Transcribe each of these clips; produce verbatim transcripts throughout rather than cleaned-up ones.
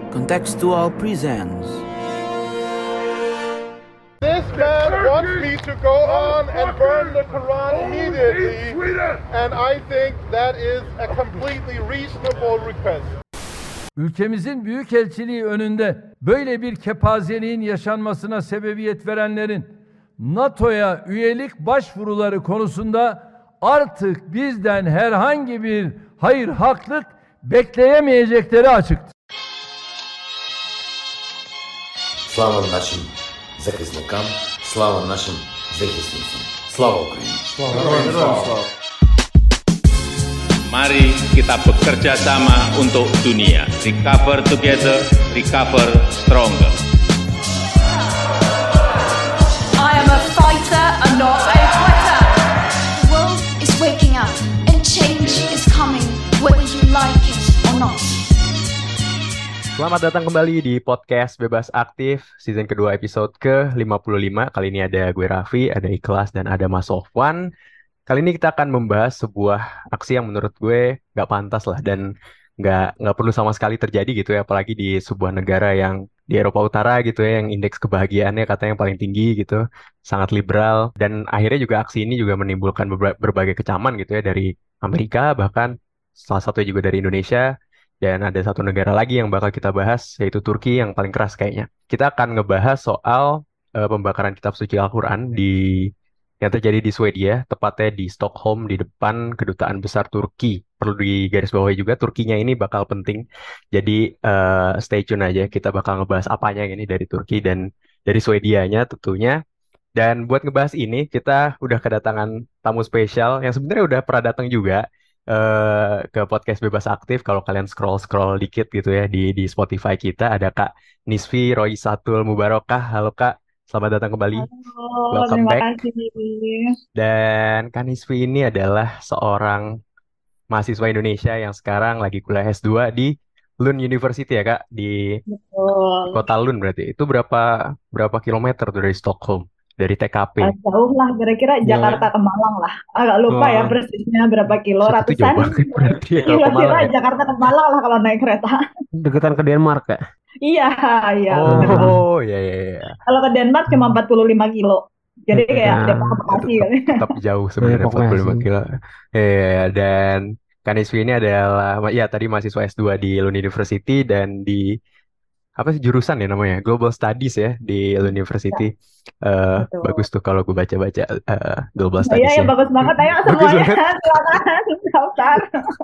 Contextual presents. This man wants me to go on and burn the Quran immediately, and I think that is a completely reasonable request. Ülkemizin büyükelçiliği önünde böyle bir kepazeliğin yaşanmasına sebebiyet verenlerin NATO'ya üyelik başvuruları konusunda artık bizden herhangi bir hayır haklık bekleyemeyecekleri açıktır. Слава нашим захисникам, слава нашим захисницям. Слава Україні! Слава! Mari kita bekerja sama untuk dunia. Recover together, recover stronger. I am a fighter and not a quitter. The world is waking up and change is coming, whether you like it or not. Selamat datang kembali di podcast Bebas Aktif season kedua episode ke lima puluh lima. Kali ini ada gue Raffi, ada Ikhlas, dan ada Mas Sofwan. Kali ini kita akan membahas sebuah aksi yang menurut gue gak pantas lah dan gak, gak perlu sama sekali terjadi gitu ya. Apalagi di sebuah negara yang di Eropa Utara gitu ya, yang indeks kebahagiaannya katanya yang paling tinggi gitu, sangat liberal. Dan akhirnya juga aksi ini juga menimbulkan berbagai kecaman gitu ya dari Amerika, bahkan salah satunya juga dari Indonesia. Dan ada satu negara lagi yang bakal kita bahas, yaitu Turki, yang paling keras kayaknya. Kita akan ngebahas soal uh, pembakaran kitab suci Al-Quran di yang terjadi di Swedia, tepatnya di Stockholm, di depan Kedutaan Besar Turki. Perlu digarisbawahi juga, Turkinya ini bakal penting. Jadi uh, stay tune aja, kita bakal ngebahas apanya ini dari Turki dan dari Swedianya tentunya. Dan buat ngebahas ini, kita udah kedatangan tamu spesial yang sebenarnya udah pernah datang juga Uh, ke podcast Bebas Aktif. Kalau kalian scroll-scroll dikit gitu ya di di Spotify kita, ada Kak Nisfi Roisatul Mubarokah. Halo Kak, selamat datang kembali. Halo, Welcome terima back. kasih. Dan Kak Nisfi ini adalah seorang mahasiswa Indonesia yang sekarang lagi kuliah S dua di Lund University ya Kak, di, di Betul. kota Lund berarti. Itu berapa berapa kilometer tuh dari Stockholm, dari T K P? Eh, Jauh lah, kira-kira Ya. Jakarta ke Malang lah. Agak lupa ya Oh, persisnya berapa kilo, set itu jauh ratusan. banget berarti ya kalau ke Kira-kira Malang ya. Jakarta ke Malang lah kalau naik kereta. Deketan ke Denmark ya? Iya, iya bener. Oh, ya ya ya. Kalau ke Denmark cuma empat puluh lima kilo. Jadi kayak Ya, Depok ke Bekasi tetap kali. tetap jauh sebenarnya Depok empat puluh lima Bekasi. kilo. Eh dan Kaniswi ini adalah ya tadi mahasiswa S dua di Lund University dan di apa sih jurusan ya namanya? Global Studies ya di Lund University. Eh Betul. bagus tuh kalau gue baca-baca eh, Global Iya, Studies ya ya. bagus banget. Ayo Bagus semuanya banget. silakan daftar.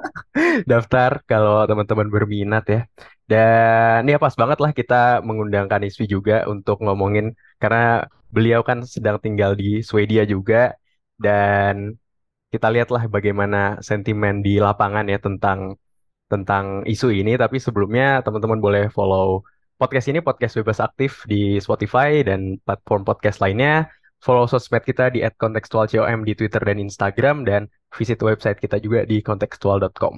Daftar kalau teman-teman berminat ya. Dan ya pas banget lah kita mengundang Kaniswi juga untuk ngomongin karena beliau kan sedang tinggal di Swedia juga dan kita lihatlah bagaimana sentimen di lapangan ya tentang tentang isu ini. Tapi sebelumnya teman-teman boleh follow podcast ini, podcast Bebas Aktif di Spotify dan platform podcast lainnya. Follow sosmed kita di at contextualcom di Twitter dan Instagram dan visit website kita juga di contextual dot com.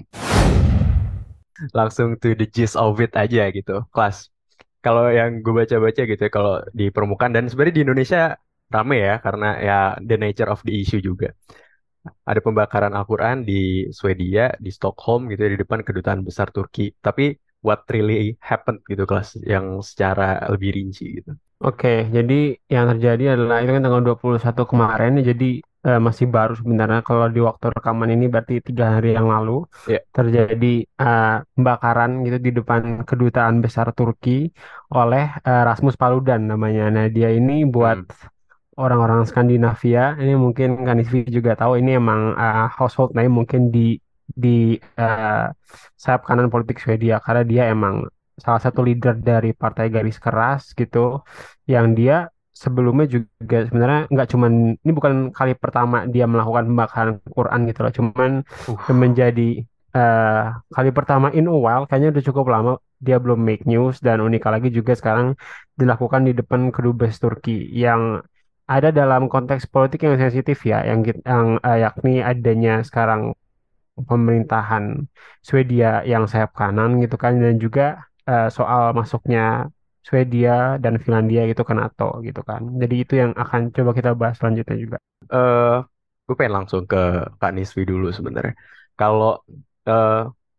Langsung to the gist of it aja gitu, kelas. Kalau yang gue baca-baca gitu ya, kalau di permukaan dan sebenarnya di Indonesia rame ya karena ya the nature of the issue juga. Ada pembakaran Al-Quran di Swedia, di Stockholm gitu ya, di depan Kedutaan Besar Turki. Tapi what really happened gitu kelas yang secara lebih rinci gitu. Oke, jadi yang terjadi adalah itu kan tanggal dua puluh satu kemarin, jadi eh, masih baru sebenarnya. Kalau di waktu rekaman ini berarti tiga hari yang lalu Ya. terjadi eh, pembakaran gitu di depan Kedutaan Besar Turki oleh eh, Rasmus Paludan namanya. Nah, dia ini buat Hmm. orang-orang Skandinavia, ini mungkin Kanisvi juga tahu, ini emang eh, household name mungkin di di eh, sayap kanan politik Swedia karena dia emang salah satu leader dari Partai Garis Keras gitu, yang dia sebelumnya juga sebenarnya nggak cuman ini bukan kali pertama dia melakukan pembakaran Quran gitu loh, cuman Uh. menjadi eh, kali pertama in a while, kayaknya udah cukup lama dia belum make news. Dan unik lagi juga sekarang dilakukan di depan kedubes Turki yang ada dalam konteks politik yang sensitif ya, yang, kit- yang eh, yakni adanya sekarang pemerintahan Swedia yang sayap kanan gitu kan, dan juga eh, soal masuknya Swedia dan Finlandia gitu ke NATO gitu kan. Jadi itu yang akan coba kita bahas selanjutnya juga. Eh, gue pengen langsung ke Kak Niswi dulu sebenarnya. Kalau eh,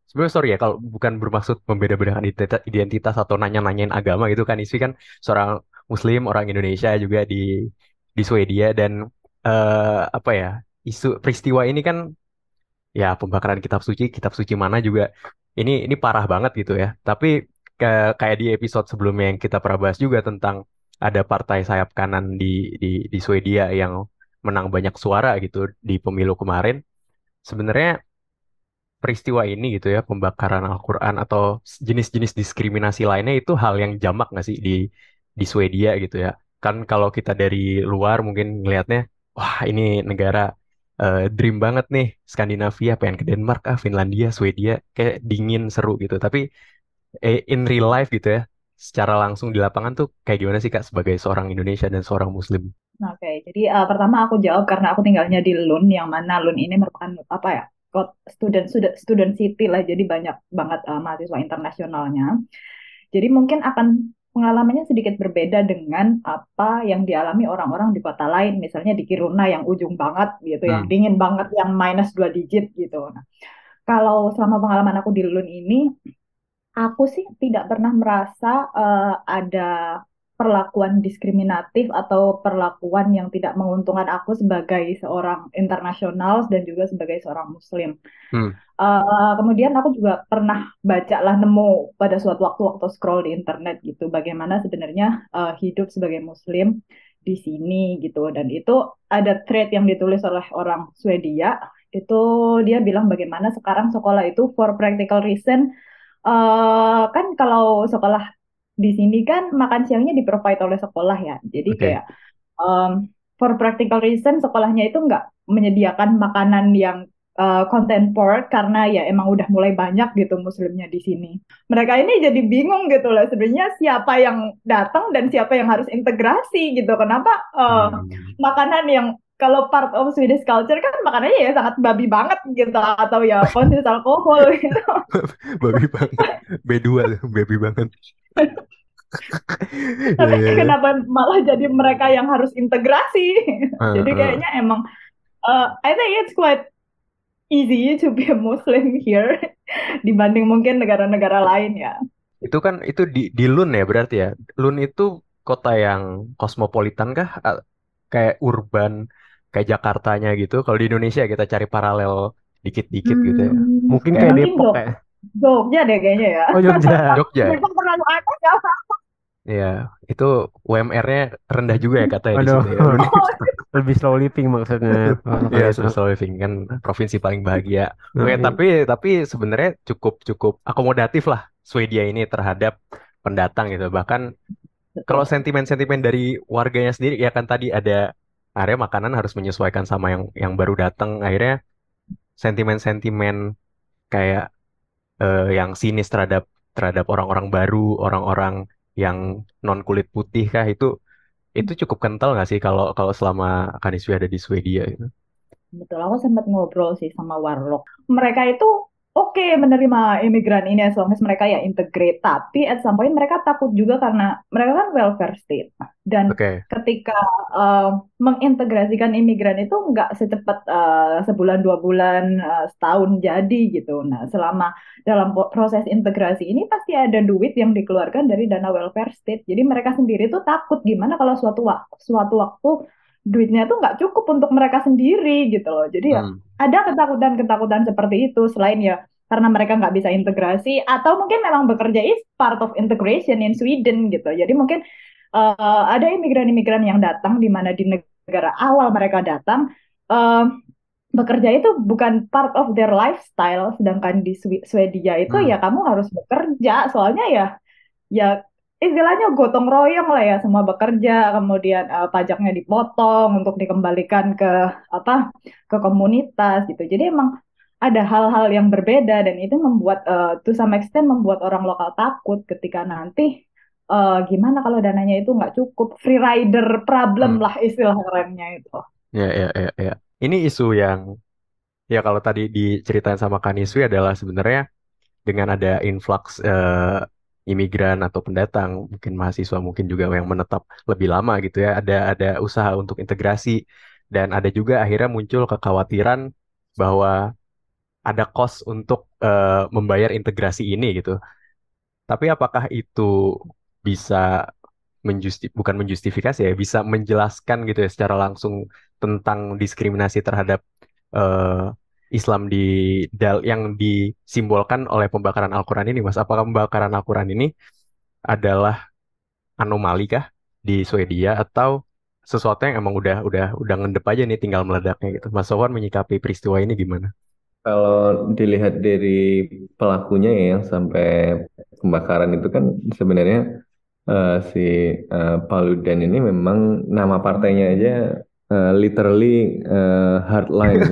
sebenarnya sorry ya kalau bukan bermaksud membeda-bedakan identitas, identitas atau nanya-nanyain agama gitu kan. Iswi kan seorang Muslim, orang Indonesia juga di di Swedia dan eh, apa ya isu peristiwa ini kan ya pembakaran kitab suci, kitab suci mana juga ini ini parah banget gitu ya. Tapi ke- kayak di episode sebelumnya yang kita pernah bahas juga tentang ada partai sayap kanan di di di Swedia yang menang banyak suara gitu di pemilu kemarin. Sebenarnya peristiwa ini gitu ya, pembakaran Al-Quran atau jenis-jenis diskriminasi lainnya itu hal yang jamak nggak sih di di Swedia gitu ya. Kan kalau kita dari luar mungkin ngelihatnya, wah ini negara eh, dream banget nih, Skandinavia, pengen ke Denmark, ah Finlandia, Swedia, kayak dingin, seru gitu. Tapi eh, in real life gitu ya, secara langsung di lapangan tuh kayak gimana sih Kak sebagai seorang Indonesia dan seorang Muslim? Oke, jadi uh, pertama aku jawab karena aku tinggalnya di Lund, yang mana Lund ini merupakan apa ya, kot- student student student city lah, jadi banyak banget uh, mahasiswa internasionalnya. Jadi mungkin akan pengalamannya sedikit berbeda dengan apa yang dialami orang-orang di kota lain, misalnya di Kiruna yang ujung banget gitu, yang Hmm. dingin banget, yang minus dua digit gitu. Nah, kalau selama pengalaman aku di Lund ini, aku sih tidak pernah merasa eh, ada perlakuan diskriminatif atau perlakuan yang tidak menguntungkan aku sebagai seorang internasional dan juga sebagai seorang Muslim. Hmm. Eh, kemudian aku juga pernah baca lah, nemu pada suatu waktu waktu scroll di internet gitu, bagaimana sebenarnya eh, hidup sebagai Muslim di sini gitu. Dan itu ada thread yang ditulis oleh orang Swedia. Itu dia bilang bagaimana sekarang sekolah itu for practical reason, eh kan kalau sekolah di sini kan makan siangnya di-provide oleh sekolah ya. Jadi Oke. kayak um, for practical reason sekolahnya itu nggak menyediakan makanan yang uh, content poor karena ya emang udah mulai banyak gitu muslimnya di sini. Mereka ini jadi bingung gitu loh sebenarnya siapa yang datang dan siapa yang harus integrasi gitu. Kenapa uh, Hmm. makanan yang kalau part of Swedish culture kan makanannya ya sangat babi banget gitu, atau ya konsis alkohol gitu. Babi banget. B dua tuh, baby banget. Ya, Tapi ya, ya. kenapa malah jadi mereka yang harus integrasi? Ah, Jadi ah. kayaknya emang uh, I think it's quite easy to be a Muslim here dibanding mungkin negara-negara lain ya. Itu kan itu di di Lund ya berarti ya. Lund itu kota yang kosmopolitan kah? A- Kayak urban kayak Jakartanya gitu. Kalau di Indonesia kita cari paralel dikit-dikit gitu ya. Hmm, Mungkin Kayak kayak mungkin Depok Jog kayak. Jogja deh kayaknya ya. Oh Jogja. Jogja ya. Depok terlalu ada ya. Ya, itu U M R-nya rendah juga ya katanya di Waduh, situ ya. Lund. lebih slow living maksudnya. Kalau Iya, itu. social living kan provinsi paling bahagia. Nah, Oke, iya. tapi tapi sebenarnya cukup cukup akomodatif lah Swedia ini terhadap pendatang gitu. Bahkan kalau Betul. sentimen-sentimen dari warganya sendiri ya kan tadi ada area makanan harus menyesuaikan sama yang yang baru datang. Akhirnya sentimen-sentimen kayak eh, yang sinis terhadap terhadap orang-orang baru, orang-orang yang non kulit putih kah itu itu cukup kental nggak sih kalau kalau selama Kaniswi ada di Swedia gitu. Betul, aku sempat ngobrol sih sama Warlock. Mereka itu oke menerima imigran ini as long as mereka ya integrate, tapi at some point mereka takut juga karena mereka kan welfare state. Dan Oke. ketika uh, mengintegrasikan imigran itu nggak secepat uh, sebulan, dua bulan, uh, setahun jadi gitu. Nah, selama dalam po- proses integrasi ini pasti ada duit yang dikeluarkan dari dana welfare state. Jadi mereka sendiri tuh takut gimana kalau suatu waktu, suatu waktu duitnya tuh nggak cukup untuk mereka sendiri gitu loh. Jadi ya Hmm. ada ketakutan-ketakutan seperti itu selain ya karena mereka nggak bisa integrasi atau mungkin memang bekerja is part of integration in Sweden gitu. Jadi mungkin uh, ada imigran-imigran yang datang di mana di negara awal mereka datang uh, bekerja itu bukan part of their lifestyle, sedangkan di Swe- Swedia itu Hmm. ya kamu harus bekerja soalnya ya ya istilahnya gotong royong lah ya, semua bekerja kemudian eh, pajaknya dipotong untuk dikembalikan ke apa ke komunitas gitu. Jadi emang ada hal-hal yang berbeda dan itu membuat eh, to some extent membuat orang lokal takut ketika nanti eh, gimana kalau dananya itu nggak cukup, free rider problem Hmm. lah istilah kerennya itu. Ya, ya, ya, ya. Ini isu yang ya kalau tadi diceritain sama Kaniswi adalah sebenarnya dengan ada influx eh, imigran atau pendatang, mungkin mahasiswa, mungkin juga yang menetap lebih lama gitu ya, ada ada usaha untuk integrasi dan ada juga akhirnya muncul kekhawatiran bahwa ada cost untuk eh, membayar integrasi ini gitu. Tapi apakah itu bisa menjusti bukan menjustifikasi ya, bisa menjelaskan gitu ya secara langsung tentang diskriminasi terhadap eh, Islam di dal yang disimbolkan oleh pembakaran Al-Quran ini, Mas? Apakah pembakaran Al-Quran ini adalah anomali kah di Swedia atau sesuatu yang emang udah udah udah ngendep aja nih tinggal meledaknya gitu? Mas Sofwan menyikapi peristiwa ini gimana? Kalau dilihat dari pelakunya ya yang sampai pembakaran itu kan sebenarnya eh, si eh, Paludan ini memang nama partainya aja eh, literally eh, hardline,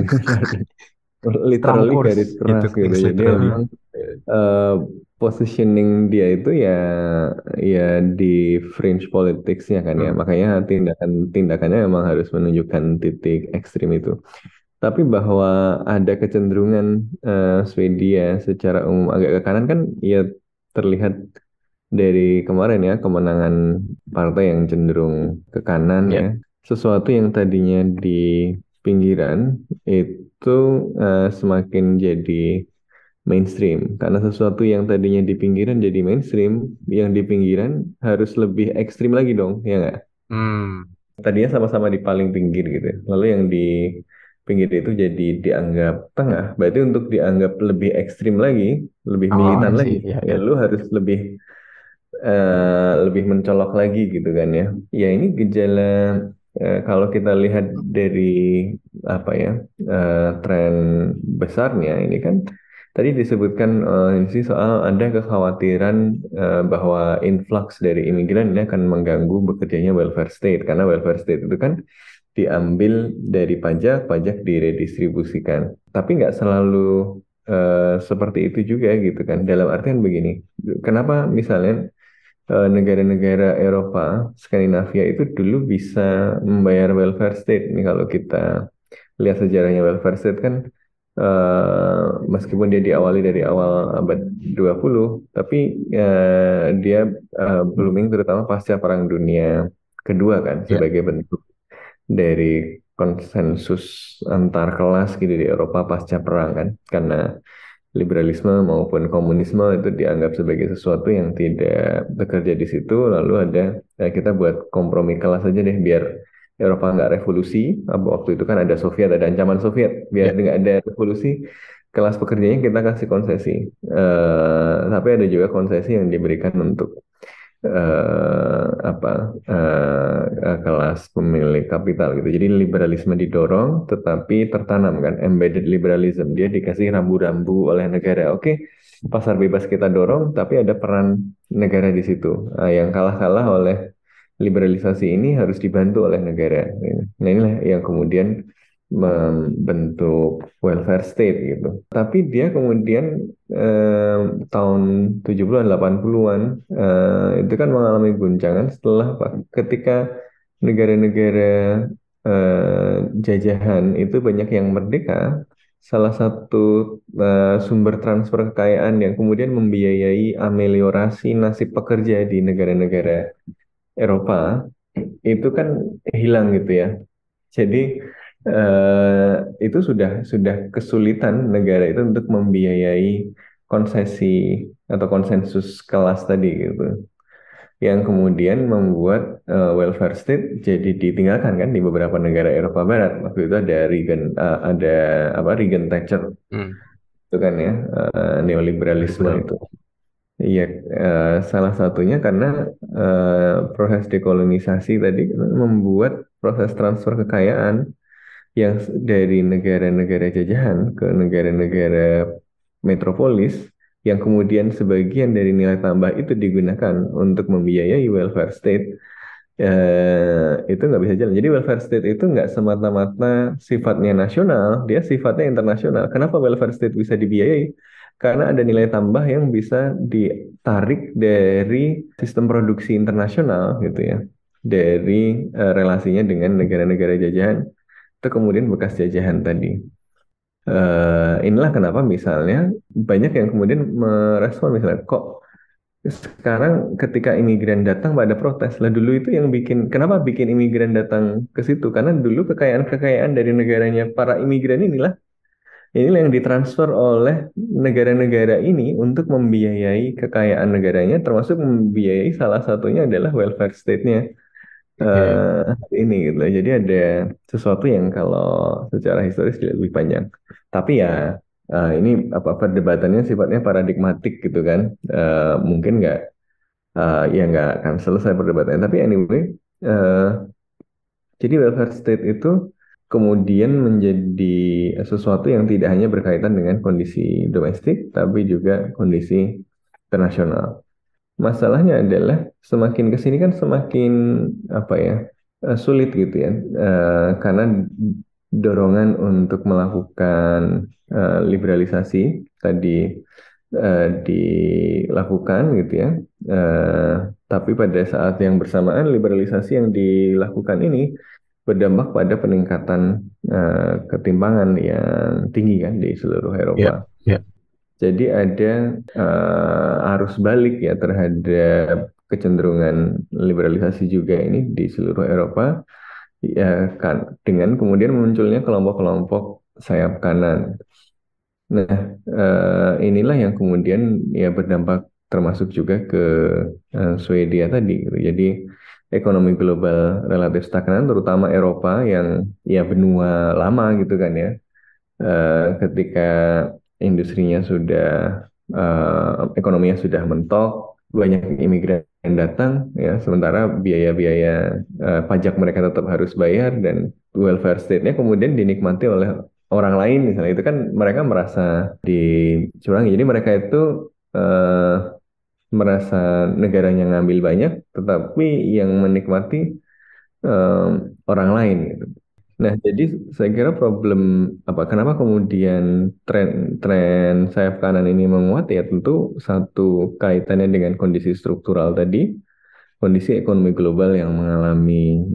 Strong literally course. garis Itu keras gitu. it's Jadi literally. memang eh, positioning dia itu ya ya di fringe politicsnya kan ya. Hmm. Makanya tindakan-tindakannya memang harus menunjukkan titik ekstrim itu. Tapi bahwa ada kecenderungan eh, Swedia secara umum agak ke kanan kan ya terlihat dari kemarin ya kemenangan partai yang cenderung ke kanan Ya. ya. Sesuatu yang tadinya di pinggiran itu eh, semakin jadi mainstream. Karena sesuatu yang tadinya di pinggiran jadi mainstream, yang di pinggiran harus lebih ekstrim lagi dong, ya nggak? Hmm. Tadinya sama-sama di paling pinggir gitu. Lalu yang di pinggir itu jadi dianggap tengah. Berarti untuk dianggap lebih ekstrim lagi, lebih Oh, militan I lagi, see. Ya, ya ya. lu harus lebih eh, lebih mencolok lagi gitu kan ya. Ya ini gejala eh, kalau kita lihat dari apa ya eh, tren besarnya ini kan tadi disebutkan eh, ini sih soal ada kekhawatiran eh, bahwa influx dari imigran ini akan mengganggu bekerjanya welfare state karena welfare state itu kan diambil dari pajak, pajak diredistribusikan. Tapi nggak selalu eh, seperti itu juga gitu kan. Dalam artian begini, kenapa misalnya eh, negara-negara Eropa, Skandinavia itu dulu bisa membayar welfare state. Ini kalau kita lihat sejarahnya welfare state kan eh, meskipun dia diawali dari awal abad dua puluh, tapi eh, dia eh, blooming terutama pasca Perang Dunia Kedua kan Ya. sebagai bentuk dari konsensus antar kelas gitu di Eropa pasca perang kan karena liberalisme maupun komunisme itu dianggap sebagai sesuatu yang tidak bekerja di situ lalu ada ya kita buat kompromi kelas aja deh biar Eropa nggak revolusi apa waktu itu kan ada Soviet ada ancaman Soviet biar Ya. nggak ada revolusi kelas pekerjanya kita kasih konsesi eh tapi ada juga konsesi yang diberikan untuk eh, apa eh, eh, kelas pemilik kapital gitu. Jadi liberalisme didorong, tetapi tertanam kan embedded liberalism. Dia dikasih rambu-rambu oleh negara. Oke, pasar bebas kita dorong, tapi ada peran negara di situ. Nah, yang kalah-kalah oleh liberalisasi ini harus dibantu oleh negara. Nah inilah yang kemudian membentuk welfare state gitu. Tapi dia kemudian eh, tahun tujuh puluhan delapan puluhan eh, itu kan mengalami guncangan setelah apa? Ketika negara-negara eh, jajahan itu banyak yang merdeka, salah satu eh, sumber transfer kekayaan yang kemudian membiayai ameliorasi nasib pekerja di negara-negara Eropa itu kan hilang gitu ya. Jadi eh, itu sudah sudah kesulitan negara itu untuk membiayai konsesi atau konsensus kelas tadi gitu. Yang kemudian membuat eh, welfare state jadi ditinggalkan kan di beberapa negara Eropa Barat. Waktu itu ada Reagan eh, ada apa Reagan Thatcher Hmm. itu kan ya eh, neoliberalisme Liberal. itu. Iya, eh, salah satunya karena eh, proses dekolonisasi tadi membuat proses transfer kekayaan yang s- dari negara-negara jajahan ke negara-negara metropolis, yang kemudian sebagian dari nilai tambah itu digunakan untuk membiayai welfare state, eh, itu nggak bisa jalan. Jadi welfare state itu nggak semata-mata sifatnya nasional, dia sifatnya internasional. Kenapa welfare state bisa dibiayai? Karena ada nilai tambah yang bisa ditarik dari sistem produksi internasional gitu ya, dari eh, relasinya dengan negara-negara jajahan itu kemudian bekas jajahan tadi. Eh, inilah kenapa misalnya banyak yang kemudian merespon misalnya kok sekarang ketika imigran datang pada protes lah dulu itu yang bikin kenapa bikin imigran datang ke situ karena dulu kekayaan-kekayaan dari negaranya para imigran inilah inilah yang ditransfer oleh negara-negara ini untuk membiayai kekayaan negaranya, termasuk membiayai salah satunya adalah welfare state-nya Oke. eh ini gitu loh. Jadi ada sesuatu yang kalau secara historis lebih panjang. Tapi ya eh, ini apa perdebatannya sifatnya paradigmatik gitu kan. Eh, mungkin nggak eh, ya nggak akan selesai perdebatannya. Tapi anyway, eh, jadi welfare state itu kemudian menjadi sesuatu yang tidak hanya berkaitan dengan kondisi domestik, tapi juga kondisi internasional. Masalahnya adalah semakin ke sini kan semakin apa ya eh, sulit gitu ya. Eh, karena dorongan untuk melakukan eh, liberalisasi tadi eh, dilakukan gitu ya. Eh, tapi pada saat yang bersamaan liberalisasi yang dilakukan ini berdampak pada peningkatan eh, ketimpangan yang tinggi kan di seluruh Ya, Eropa. ya. Jadi ada eh, arus balik ya terhadap kecenderungan liberalisasi juga ini di seluruh Eropa ya kan dengan kemudian munculnya kelompok-kelompok sayap kanan. Nah, eh, inilah yang kemudian ya berdampak termasuk juga ke eh, Swedia tadi gitu. Jadi ekonomi global relatif stagnan terutama Eropa yang ya benua lama gitu kan ya. Eh, ketika industrinya sudah eh, ekonominya sudah mentok, banyak imigran yang datang ya, sementara biaya-biaya eh, pajak mereka tetap harus bayar dan welfare state-nya kemudian dinikmati oleh orang lain misalnya itu kan mereka merasa dicurangi. Jadi mereka itu eh, merasa negaranya ngambil banyak, tetapi yang menikmati eh, orang lain gitu. Nah, jadi saya kira problem apa kenapa kemudian tren tren sayap kanan ini menguat ya tentu satu kaitannya dengan kondisi struktural tadi, kondisi ekonomi global yang mengalami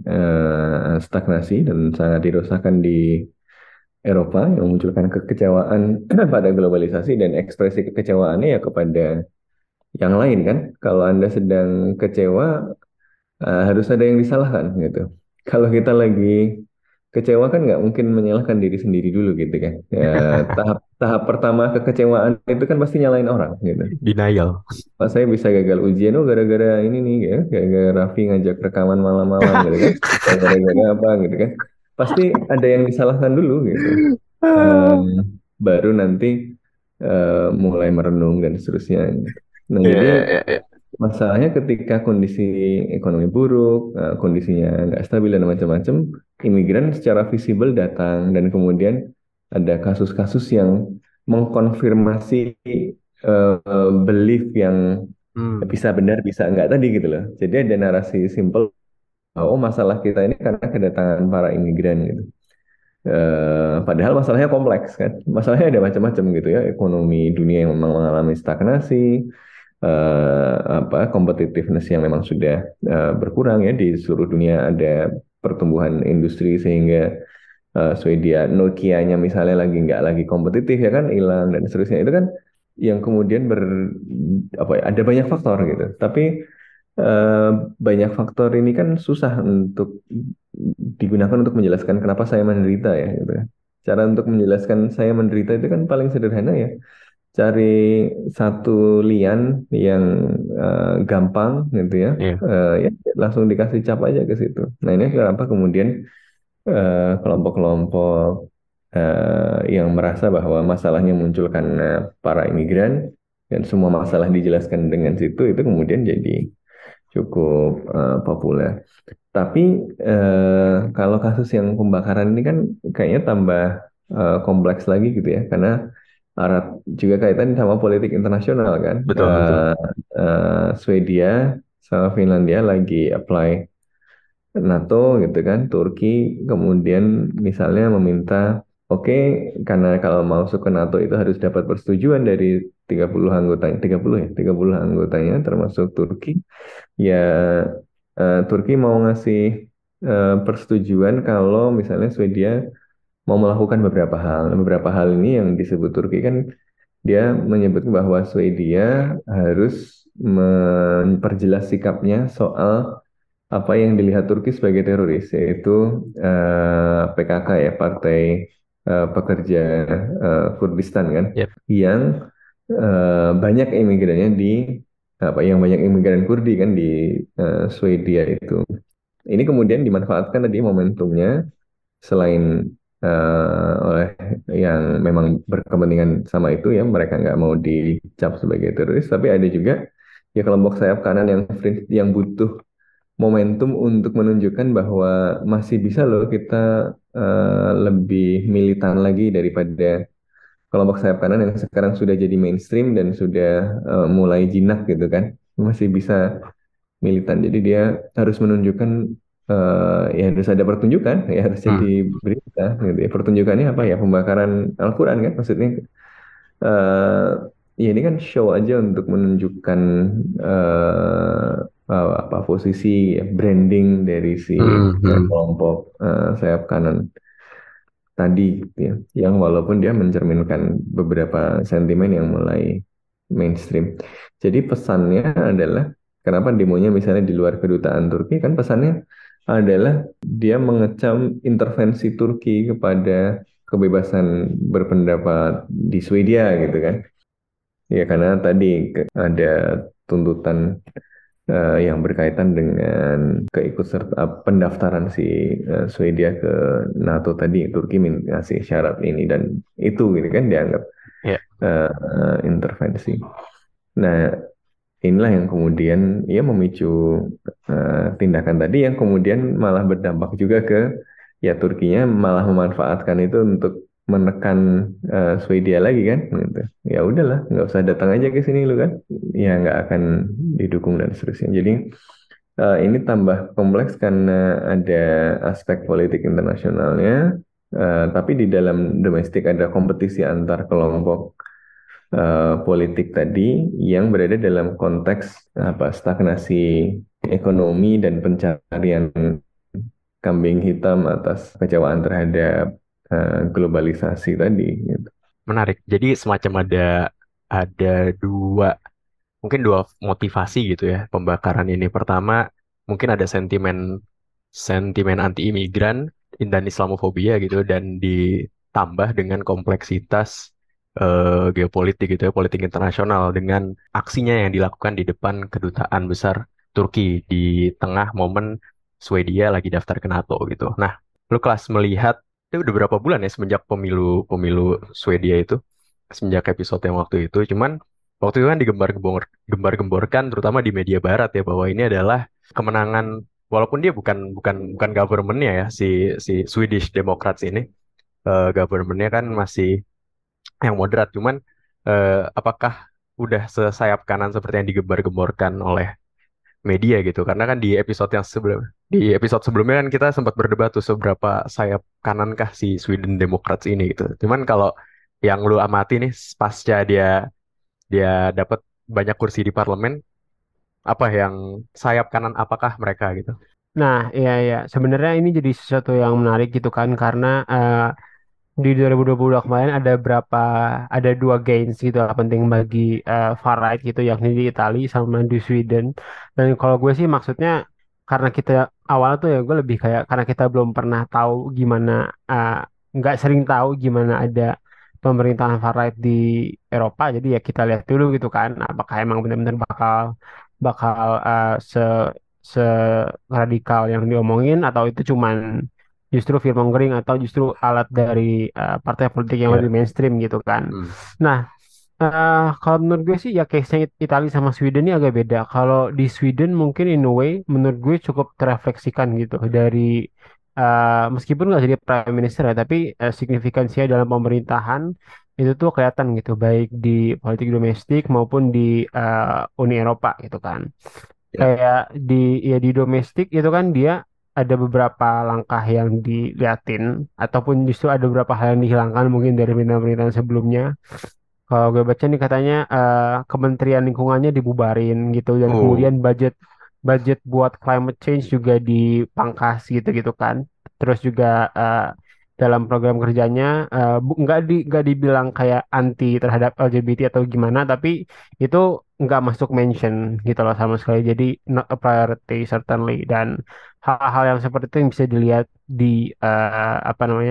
eh, stagnasi dan sangat dirasakan di Eropa yang memunculkan kekecewaan pada globalisasi dan ekspresi kekecewaannya ya kepada yang lain kan. Kalau Anda sedang kecewa eh, harus ada yang disalahkan gitu. Kalau kita lagi kecewa kan nggak mungkin menyalahkan diri sendiri dulu gitu kan. Ya, tahap tahap pertama kekecewaan itu kan pasti nyalain orang gitu. Denial. Pak saya bisa gagal ujian oh gara-gara ini nih ya, gara-gara Raffi ngajak rekaman malam-malam gitu kan. Gara-gara apa gitu kan. Pasti ada yang disalahkan dulu gitu. Eh, baru nanti eh, mulai merenung dan seterusnya. Nah, Ya, jadi ya, ya, ya. masalahnya ketika kondisi ekonomi buruk, eh, kondisinya nggak stabil dan macam-macam, imigran secara visible datang dan kemudian ada kasus-kasus yang mengkonfirmasi eh, belief yang Hmm. bisa benar bisa enggak tadi gitu loh. Jadi ada narasi simple, oh masalah kita ini karena kedatangan para imigran gitu. Eh, padahal masalahnya kompleks kan. Masalahnya ada macam-macam gitu ya. Ekonomi dunia yang memang mengalami stagnasi, eh, apa competitiveness yang memang sudah eh, berkurang ya di seluruh dunia ada pertumbuhan industri sehingga eh, Swedia Nokia-nya misalnya lagi nggak lagi kompetitif ya kan hilang dan seterusnya itu kan yang kemudian ber apa ya ada banyak faktor gitu. Tapi eh, banyak faktor ini kan susah untuk digunakan untuk menjelaskan kenapa saya menderita ya gitu. Cara untuk menjelaskan saya menderita itu kan paling sederhana ya cari satu lian yang eh, gampang gitu ya, Iya. Eh, ya langsung dikasih cap aja ke situ. Nah ini kenapa kemudian eh, kelompok-kelompok eh, yang merasa bahwa masalahnya muncul karena para imigran dan semua masalah dijelaskan dengan situ itu kemudian jadi cukup eh, populer. Tapi eh, kalau kasus yang pembakaran ini kan kayaknya tambah eh, kompleks lagi gitu ya, karena Arab juga kaitan sama politik internasional kan. Betul, betul. Eh, eh, Swedia sama Finlandia lagi apply NATO gitu kan, Turki kemudian misalnya meminta, oke karena kalau mau masuk ke NATO itu harus dapat persetujuan dari tiga puluh anggota, tiga puluh ya, tiga puluh anggotanya termasuk Turki. Ya eh, Turki mau ngasih eh, persetujuan kalau misalnya Swedia mau melakukan beberapa hal. Beberapa hal ini yang disebut Turki kan dia menyebut bahwa Swedia harus memperjelas sikapnya soal apa yang dilihat Turki sebagai teroris, yaitu eh, P K K ya, Partai uh, pekerja uh, Kurdistan kan, Yep. yang uh, banyak imigrannya di apa yang banyak imigran Kurdi kan di uh, Swedia itu. Ini kemudian dimanfaatkan tadi momentumnya selain uh, oleh yang memang berkepentingan sama itu ya, mereka nggak mau dicap sebagai teroris, tapi ada juga ya kelompok sayap kanan yang fringe yang butuh momentum untuk menunjukkan bahwa masih bisa loh kita uh, lebih militan lagi daripada kelompok sayap kanan yang sekarang sudah jadi mainstream dan sudah uh, mulai jinak gitu kan, masih bisa militan. Jadi dia harus menunjukkan uh, ya harus ada pertunjukan, ya harus jadi Hmm. berita gitu ya. Pertunjukannya apa ya? Pembakaran Al-Quran kan maksudnya. uh, Ya ini kan show aja untuk menunjukkan uh, uh, apa posisi ya, branding dari si Hmm. uh, Hmm. kelompok uh, sayap kanan tadi gitu ya, yang walaupun dia mencerminkan beberapa sentimen yang mulai mainstream. Jadi pesannya adalah kenapa demonya misalnya di luar kedutaan Turki kan pesannya adalah dia mengecam intervensi Turki kepada kebebasan berpendapat di Swedia gitu kan. Ya karena tadi ke- ada tuntutan eh, yang berkaitan dengan keikutsertaan pendaftaran si eh, Swedia ke NATO tadi, Turki min- ngasih syarat ini dan itu gitu kan dianggap Ya. eh, intervensi. Nah, inilah yang kemudian ya memicu eh, tindakan tadi yang kemudian malah berdampak juga ke ya Turkinya malah memanfaatkan itu untuk menekan eh, Swedia lagi kan gitu. Ya udahlah, nggak usah datang aja ke sini lu kan. Ya nggak akan didukung dan seterusnya. Jadi eh, ini tambah kompleks karena ada aspek politik internasionalnya, eh, tapi di dalam domestik ada kompetisi antar kelompok eh, politik tadi yang berada dalam konteks apa stagnasi ekonomi dan pencarian kambing hitam atas kecewaan terhadap eh, globalisasi tadi gitu. Menarik. Jadi semacam ada ada dua mungkin dua motivasi gitu ya pembakaran ini. Pertama, mungkin ada sentimen sentimen anti imigran dan Islamofobia gitu dan ditambah dengan kompleksitas eh, geopolitik gitu ya, politik internasional dengan aksinya yang dilakukan di depan kedutaan besar Turki di tengah momen Swedia lagi daftar ke NATO gitu. Nah, lu kelas melihat itu udah berapa bulan ya semenjak pemilu pemilu Swedia itu, semenjak episode yang waktu itu. Cuman waktu itu kan digembar-gembor gembar-gemborkan terutama di media barat ya bahwa ini adalah kemenangan walaupun dia bukan bukan bukan governmentnya ya si si Swedish Democrats ini eh, governmentnya kan masih yang moderat cuman eh, apakah udah sesayap kanan seperti yang digembar-gemborkan oleh media gitu karena kan di episode yang sebelum di episode sebelumnya kan kita sempat berdebat tuh seberapa sayap kanankah si Sweden Democrats ini gitu cuman kalau yang lu amati nih pasca dia dia dapat banyak kursi di parlemen apa yang sayap kanan apakah mereka gitu. Nah, iya iya, sebenarnya ini jadi sesuatu yang menarik gitu kan karena eh, di dua ribu dua puluh dua kemarin ada berapa ada dua gains gitu lah penting bagi eh, far right gitu yakni di Italia sama di Sweden. Dan kalau gue sih maksudnya karena kita awal tuh ya gue lebih kayak karena kita belum pernah tahu gimana eh, nggak sering tahu gimana ada pemerintahan far right di Eropa jadi ya kita lihat dulu gitu kan apakah emang benar-benar bakal bakal eh, se se radikal yang diomongin atau itu cuman justru fear mongering atau justru alat dari uh, partai politik yang Ya. lebih mainstream gitu kan. Hmm. Nah, uh, kalau menurut gue sih ya case-nya Italia sama Sweden ini agak beda. Kalau di Sweden mungkin in a way menurut gue cukup terefleksikan gitu dari uh, meskipun nggak jadi prime minister ya, tapi uh, signifikansinya dalam pemerintahan itu tuh kelihatan gitu baik di politik domestik maupun di uh, Uni Eropa gitu kan Ya. kayak di ya di domestik itu kan dia ada beberapa langkah yang diliatin ataupun justru ada beberapa hal yang dihilangkan mungkin dari pemerintahan-pemerintahan sebelumnya. Kalau gue baca nih katanya eh, Kementerian Lingkungannya dibubarin gitu dan Oh. kemudian budget budget buat climate change juga dipangkas gitu-gitu kan. Terus juga eh, dalam program kerjanya eh, bu- nggak di nggak dibilang kayak anti terhadap L G B T atau gimana, tapi itu nggak masuk mention gitu loh sama sekali. Jadi not a priority certainly dan hal-hal yang seperti itu yang bisa dilihat di eh, apa namanya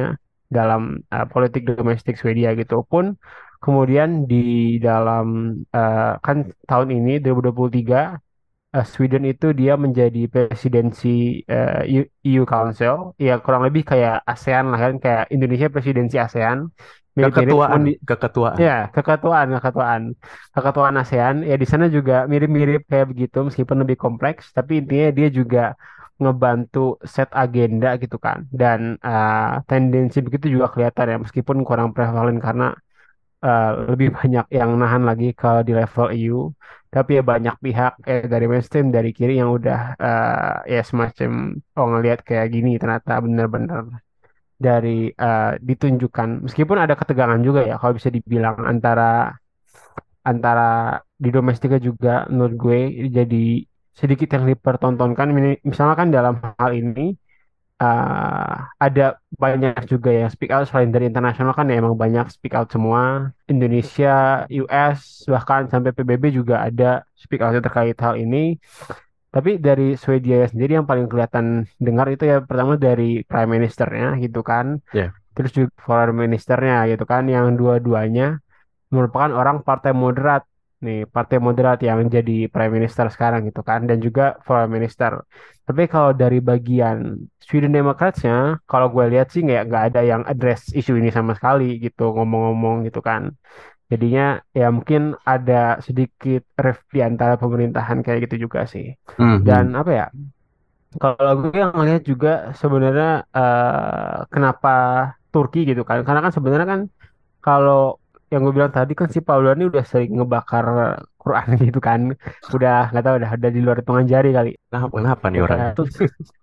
dalam uh, politik domestik Swedia gitu pun kemudian di dalam uh, kan tahun ini dua ribu dua puluh tiga uh, Sweden itu dia menjadi presidensi uh, E U Council ya kurang lebih kayak ASEAN lah kan kayak Indonesia presidensi ASEAN mirip-mirip cuman Keketuaan, di keketuaan. ya keketuaan keketuaan keketuaan ASEAN ya di sana juga mirip-mirip kayak begitu meskipun lebih kompleks tapi intinya dia juga ngebantu set agenda gitu kan dan uh, tendensi begitu juga kelihatan ya meskipun kurang prevalen karena uh, lebih banyak yang nahan lagi ke di level E U tapi ya banyak pihak eh, dari mainstream dari kiri yang udah uh, ya semacam oh ngelihat kayak gini ternyata bener-bener dari uh, ditunjukkan meskipun ada ketegangan juga ya kalau bisa dibilang antara antara di domestiknya juga menurut gue jadi sedikit yang dipertontonkan Mini- misalnya kan dalam hal ini uh, ada banyak juga yang speak out selain dari internasional kan ya emang banyak speak out semua Indonesia, U S bahkan sampai P B B juga ada speak out terkait hal ini tapi dari Swedia sendiri yang paling kelihatan dengar itu ya pertama dari Prime Ministernya gitu kan Ya. terus juga Foreign Ministernya gitu kan yang dua-duanya merupakan orang partai moderat nih partai moderat yang jadi prime minister sekarang gitu kan dan juga foreign minister tapi kalau dari bagian Sweden Democratsnya kalau gue lihat sih nggak nggak ada yang address isu ini sama sekali gitu ngomong-ngomong gitu kan jadinya ya mungkin ada sedikit rift di antara pemerintahan kayak gitu juga sih dan Mhm. apa ya kalau gue yang ngelihat juga sebenarnya eh, kenapa Turki gitu kan karena kan sebenarnya kan kalau yang gue bilang tadi kan si Paula ini udah sering ngebakar Quran gitu kan udah nggak tahu udah udah di luar hitungan jari kali Kenapa, kenapa nih udah orang? terus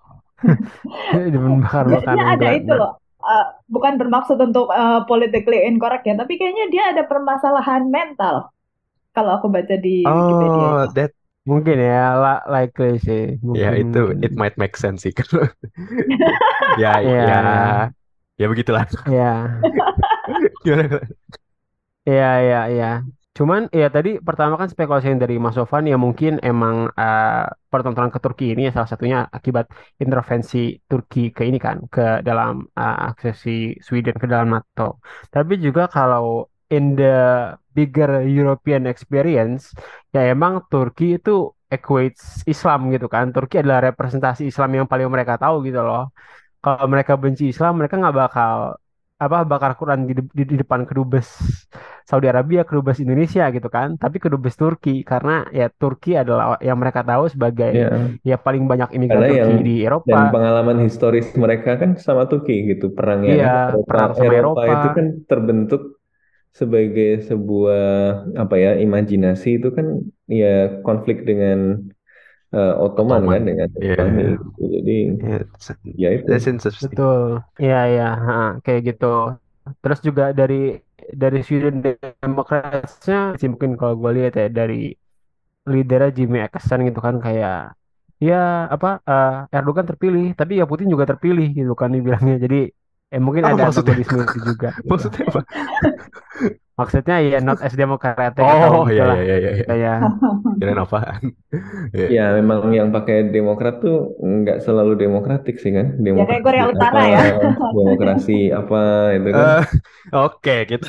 dia Dia, membakar-bakar dia ada Quran itu nah loh, uh, bukan bermaksud untuk uh, politically incorrect ya, tapi kayaknya dia ada permasalahan mental kalau aku baca di Wikipedia Oh, itu. that mungkin ya la- likely sih ya mungkin itu mungkin it might make sense sih kalau ya ya ya ya ya begitulah. ya Gimana? Iya, iya, iya. Cuman ya tadi pertama kan spekulasi yang dari Mas Sofan ya mungkin emang uh, pertontonan ke Turki ini ya salah satunya akibat intervensi Turki ke ini kan ke dalam uh, aksesi Sweden ke dalam NATO. Tapi juga kalau in the bigger European experience ya emang Turki itu equates Islam gitu kan. Turki adalah representasi Islam yang paling mereka tahu gitu loh kalau mereka benci Islam mereka nggak bakal apa bakar Quran di, de- di, di depan kedubes Saudi Arabia, kedubes Indonesia gitu kan, tapi kedubes Turki karena ya Turki adalah yang mereka tahu sebagai Ya, ya paling banyak imigran karena yang Turki di Eropa. dan pengalaman historis mereka kan sama Turki gitu, perangnya Iya, kan Eropa perang sama Eropa Eropa. itu kan terbentuk sebagai sebuah apa ya imajinasi itu kan ya konflik dengan eh, Ottoman kan Ottoman. dengan Utsmani Yeah. gitu. Jadi Yeah, that's, ya itu. that's interesting. Betul. Iya, iya, ha, kayak gitu. Terus juga dari dari Sweden Democrats-nya sih mungkin kalau gue lihat ya dari leadernya Jimmy Akeson gitu kan kayak ya apa eh, Erdogan terpilih tapi ya Putin juga terpilih gitu kan dibilangnya jadi eh mungkin Apa ada maksudnya? antagonisme itu juga gitu Maksudnya apa? maksudnya ya not as democratic atau Oh, ya gitulah ya ya ya ya. kayak Kirain apaan? Ya. Ya memang yang pakai Demokrat tuh nggak selalu demokratik sih kan, Ya kayak demokrasi Korea apa, Utara ya. demokrasi apa itu kan. Eh, oke gitu.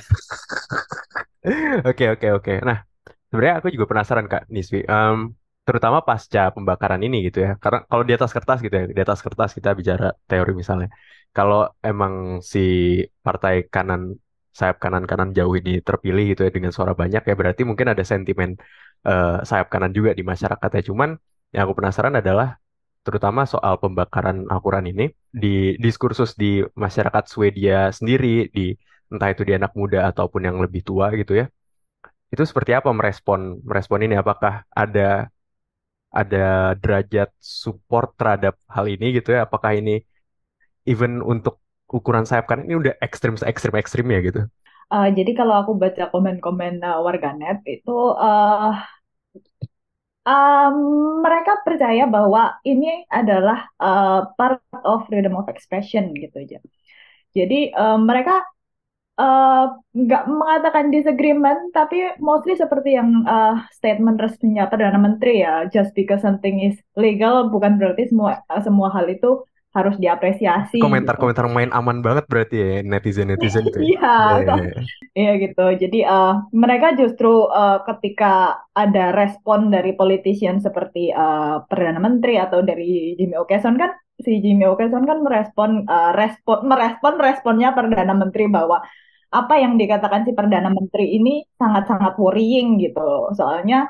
Oke oke oke. Nah, sebenarnya aku juga penasaran Kak Niswi. Em, terutama pasca pembakaran ini gitu ya. Karena kalau di atas kertas gitu ya, di atas kertas kita bicara teori misalnya. Kalau emang si partai kanan sayap kanan-kanan jauh ini terpilih gitu ya dengan suara banyak ya berarti mungkin ada sentimen eh, sayap kanan juga di masyarakat ya. Cuman yang aku penasaran adalah terutama soal pembakaran Al-Quran ini di diskursus di masyarakat Swedia sendiri di entah itu di anak muda ataupun yang lebih tua gitu ya. Itu seperti apa merespon merespon ini? Apakah ada ada derajat support terhadap hal ini gitu ya? Apakah ini even untuk ukuran sayap kanan ini udah ekstrim ekstrim ekstrim ya gitu? Uh, jadi kalau aku baca komen-komen uh, warganet itu uh, um, mereka percaya bahwa ini adalah uh, part of freedom of expression gitu aja. Jadi uh, mereka uh, nggak mengatakan disagreement, tapi mostly seperti yang uh, statement resminya Perdana Menteri ya, just because something is legal bukan berarti semua uh, semua hal itu harus diapresiasi gitu. Komentar-komentar main aman banget berarti ya netizen-netizen itu ya. Iya, Iya, so- iya, iya. iya gitu. Jadi eh, mereka justru eh, ketika ada respon dari politician seperti eh, Perdana Menteri atau dari Jimmy Okeson kan, si Jimmy Okeson kan merespon eh, respon merespon responnya Perdana Menteri bahwa apa yang dikatakan si Perdana Menteri ini sangat-sangat worrying gitu. Soalnya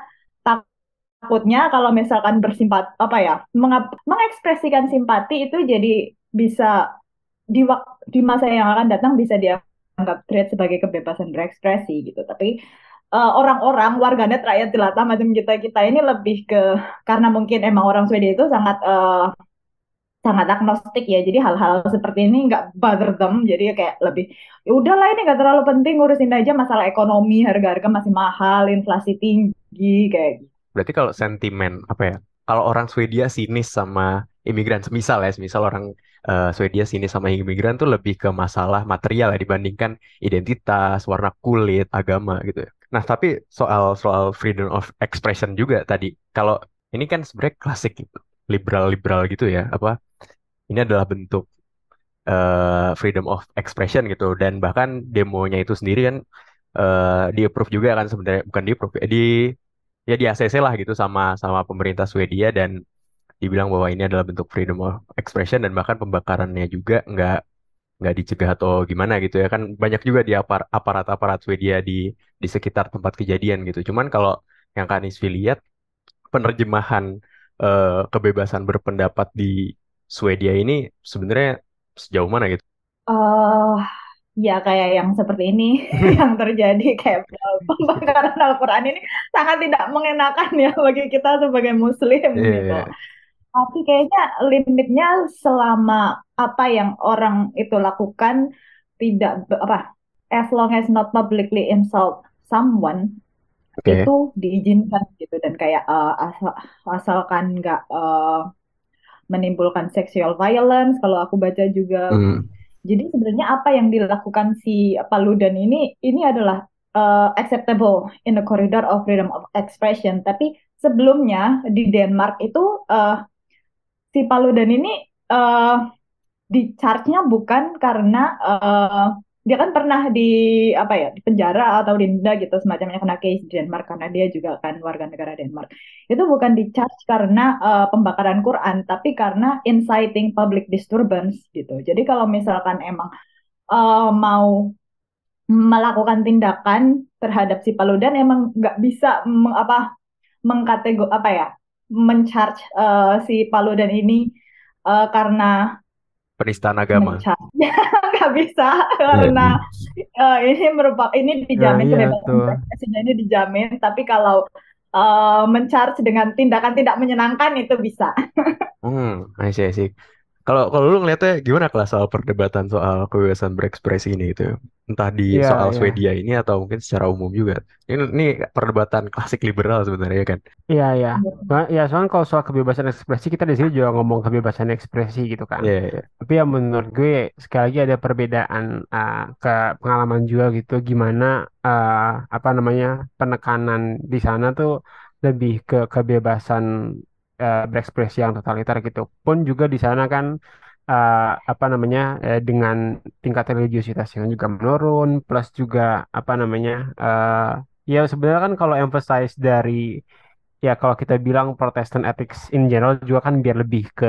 takutnya kalau misalkan bersimpat apa ya mengap- mengekspresikan simpati itu jadi bisa di wak- di masa yang akan datang bisa dianggap treat sebagai kebebasan berekspresi gitu. Tapi eh, orang-orang warganet rakyat jelata macam kita kita ini lebih ke karena mungkin emang orang Swedia itu sangat eh, sangat agnostik ya. Jadi hal-hal seperti ini nggak bother them. Jadi kayak lebih ya udahlah ini nggak terlalu penting ngurusin aja masalah ekonomi harga-harga masih mahal inflasi tinggi kayak gitu. Berarti kalau sentimen apa ya? Kalau orang Swedia sinis sama imigran, semisal ya, semisal orang eh, Swedia sinis sama imigran tuh lebih ke masalah material ya dibandingkan identitas, warna kulit, agama gitu ya. Nah, tapi soal soal freedom of expression juga tadi. Kalau ini kan sebenarnya klasik gitu, liberal-liberal gitu ya. Apa ini adalah bentuk eh, freedom of expression gitu dan bahkan demonya itu sendiri kan eh, di approve juga kan sebenarnya bukan di approve di ya di A C C lah gitu sama sama pemerintah Swedia dan dibilang bahwa ini adalah bentuk freedom of expression dan bahkan pembakarannya juga nggak nggak dicegah atau gimana gitu ya kan banyak juga di apar- aparat-aparat Swedia di di sekitar tempat kejadian gitu. Cuman kalau yang Kanisvi lihat penerjemahan eh, kebebasan berpendapat di Swedia ini sebenarnya sejauh mana gitu? eh ya kayak yang seperti ini yang terjadi kayak pembakaran Al-Quran ini sangat tidak mengenakan ya bagi kita sebagai Muslim gitu. Iya. Tapi kayaknya limitnya selama apa yang orang itu lakukan tidak be- apa as long as not publicly insult someone Oke. itu diizinkan gitu dan kayak eh, asal asalkan nggak eh, menimbulkan sexual violence kalau aku baca juga. Hmm. Jadi sebenarnya apa yang dilakukan si Paludan ini ini adalah uh, acceptable in the corridor of freedom of expression. Tapi sebelumnya di Denmark itu uh, si Paludan ini uh, di charge-nya bukan karena uh, dia kan pernah di apa ya di penjara atau denda gitu semacamnya kena case di Denmark karena dia juga kan warga negara Denmark. Itu bukan di charge karena uh, pembakaran Quran, tapi karena inciting public disturbance gitu. Jadi kalau misalkan emang uh, mau melakukan tindakan terhadap si Paludan emang nggak bisa meng, apa mengkategori apa ya mencharge uh, si Paludan ini uh, karena Penistaan agama. mencharge nggak bisa Iya. karena uh, ini merupakan ini Nah, dijamin iya kebebasan tuh. berekspresinya ini dijamin tapi kalau uh, mencharge dengan tindakan tidak menyenangkan itu bisa. Hmm, I see, I see. Kalau kalau lu ngeliatnya gimana kelas soal perdebatan soal kebebasan berekspresi ini gitu? Entah di Iya, soal iya. Swedia ini atau mungkin secara umum juga. Ini, ini perdebatan klasik liberal sebenarnya kan. Iya, iya. Nah, ya, soalnya kalau soal kebebasan ekspresi kita di sini juga ngomong kebebasan ekspresi gitu kan. Iya, iya. Tapi ya menurut gue sekali lagi ada perbedaan uh, ke pengalaman juga gitu gimana uh, apa namanya penekanan di sana tuh lebih ke kebebasan uh, berekspresi yang totaliter gitu. Pun juga di sana kan uh, apa namanya eh, dengan tingkat religiusitas yang juga menurun plus juga apa namanya uh, ya sebenarnya kan kalau emphasize dari ya kalau kita bilang Protestant ethics in general juga kan biar lebih ke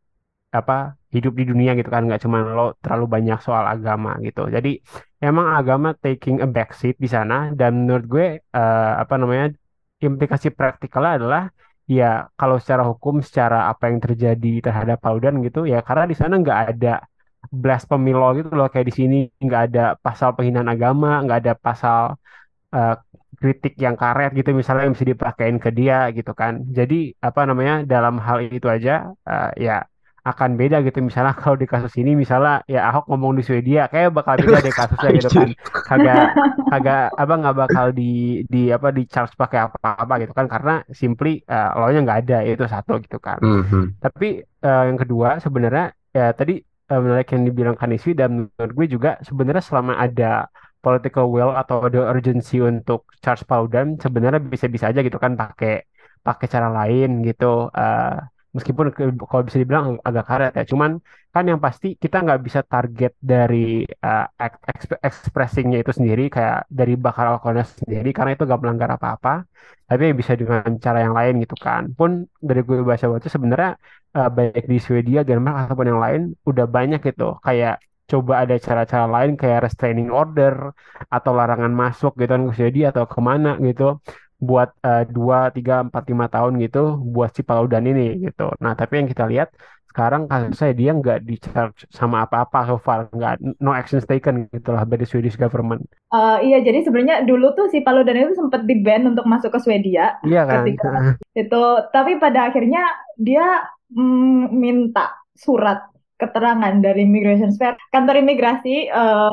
apa hidup di dunia gitu kan nggak cuma lo terlalu banyak soal agama gitu jadi emang agama taking a backseat di sana dan menurut gue eh, apa namanya implikasi praktikalnya adalah ya kalau secara hukum secara apa yang terjadi terhadap Paludan gitu ya karena di sana nggak ada blasphemy law gitu loh kayak di sini nggak ada pasal penghinaan agama nggak ada pasal eh, kritik yang karet gitu misalnya yang bisa dipakein ke dia gitu kan. Jadi apa namanya dalam hal itu aja eh, ya akan beda gitu misalnya kalau di kasus ini misalnya ya Ahok ngomong di Swedia kayak bakal beda deh kasusnya gitu kan. Kagak kagak apa nggak bakal di di apa di charge pakai apa-apa gitu kan karena simply uh, law-nya nggak ada itu satu gitu kan. Mhm. Tapi eh, yang kedua sebenarnya ya tadi eh, menarik yang dibilang Kaniswi dan menurut gue juga sebenarnya selama ada political will atau ada urgency untuk charge Paludan sebenarnya bisa-bisa aja gitu kan pakai pakai cara lain gitu. Eh, meskipun ke- kalau bisa dibilang agak karet ya, cuman kan yang pasti kita nggak bisa target dari uh, ek- eksp- expressingnya itu sendiri kayak dari bakar alkoholnya sendiri karena itu nggak melanggar apa-apa, tapi bisa dengan cara yang lain gitu kan. Pun dari gue baca itu sebenarnya uh, baik di Swedia, Denmark ataupun yang lain udah banyak gitu kayak coba ada cara-cara lain kayak restraining order atau larangan masuk gitu kan ke Swedia atau kemana gitu buat eh, dua, tiga, empat, lima tahun gitu buat si Paludan ini gitu. Nah tapi yang kita lihat sekarang kasusnya dia nggak di charge sama apa-apa so far, nggak no actions taken gitu lah by the Swedish government. Eh, iya, jadi sebenarnya dulu tuh si Paludan itu sempat di-ban untuk masuk ke Swedia Iya kan? ketika itu, tapi pada akhirnya dia mm, minta surat keterangan dari Immigration Sphere, kantor imigrasi, eh,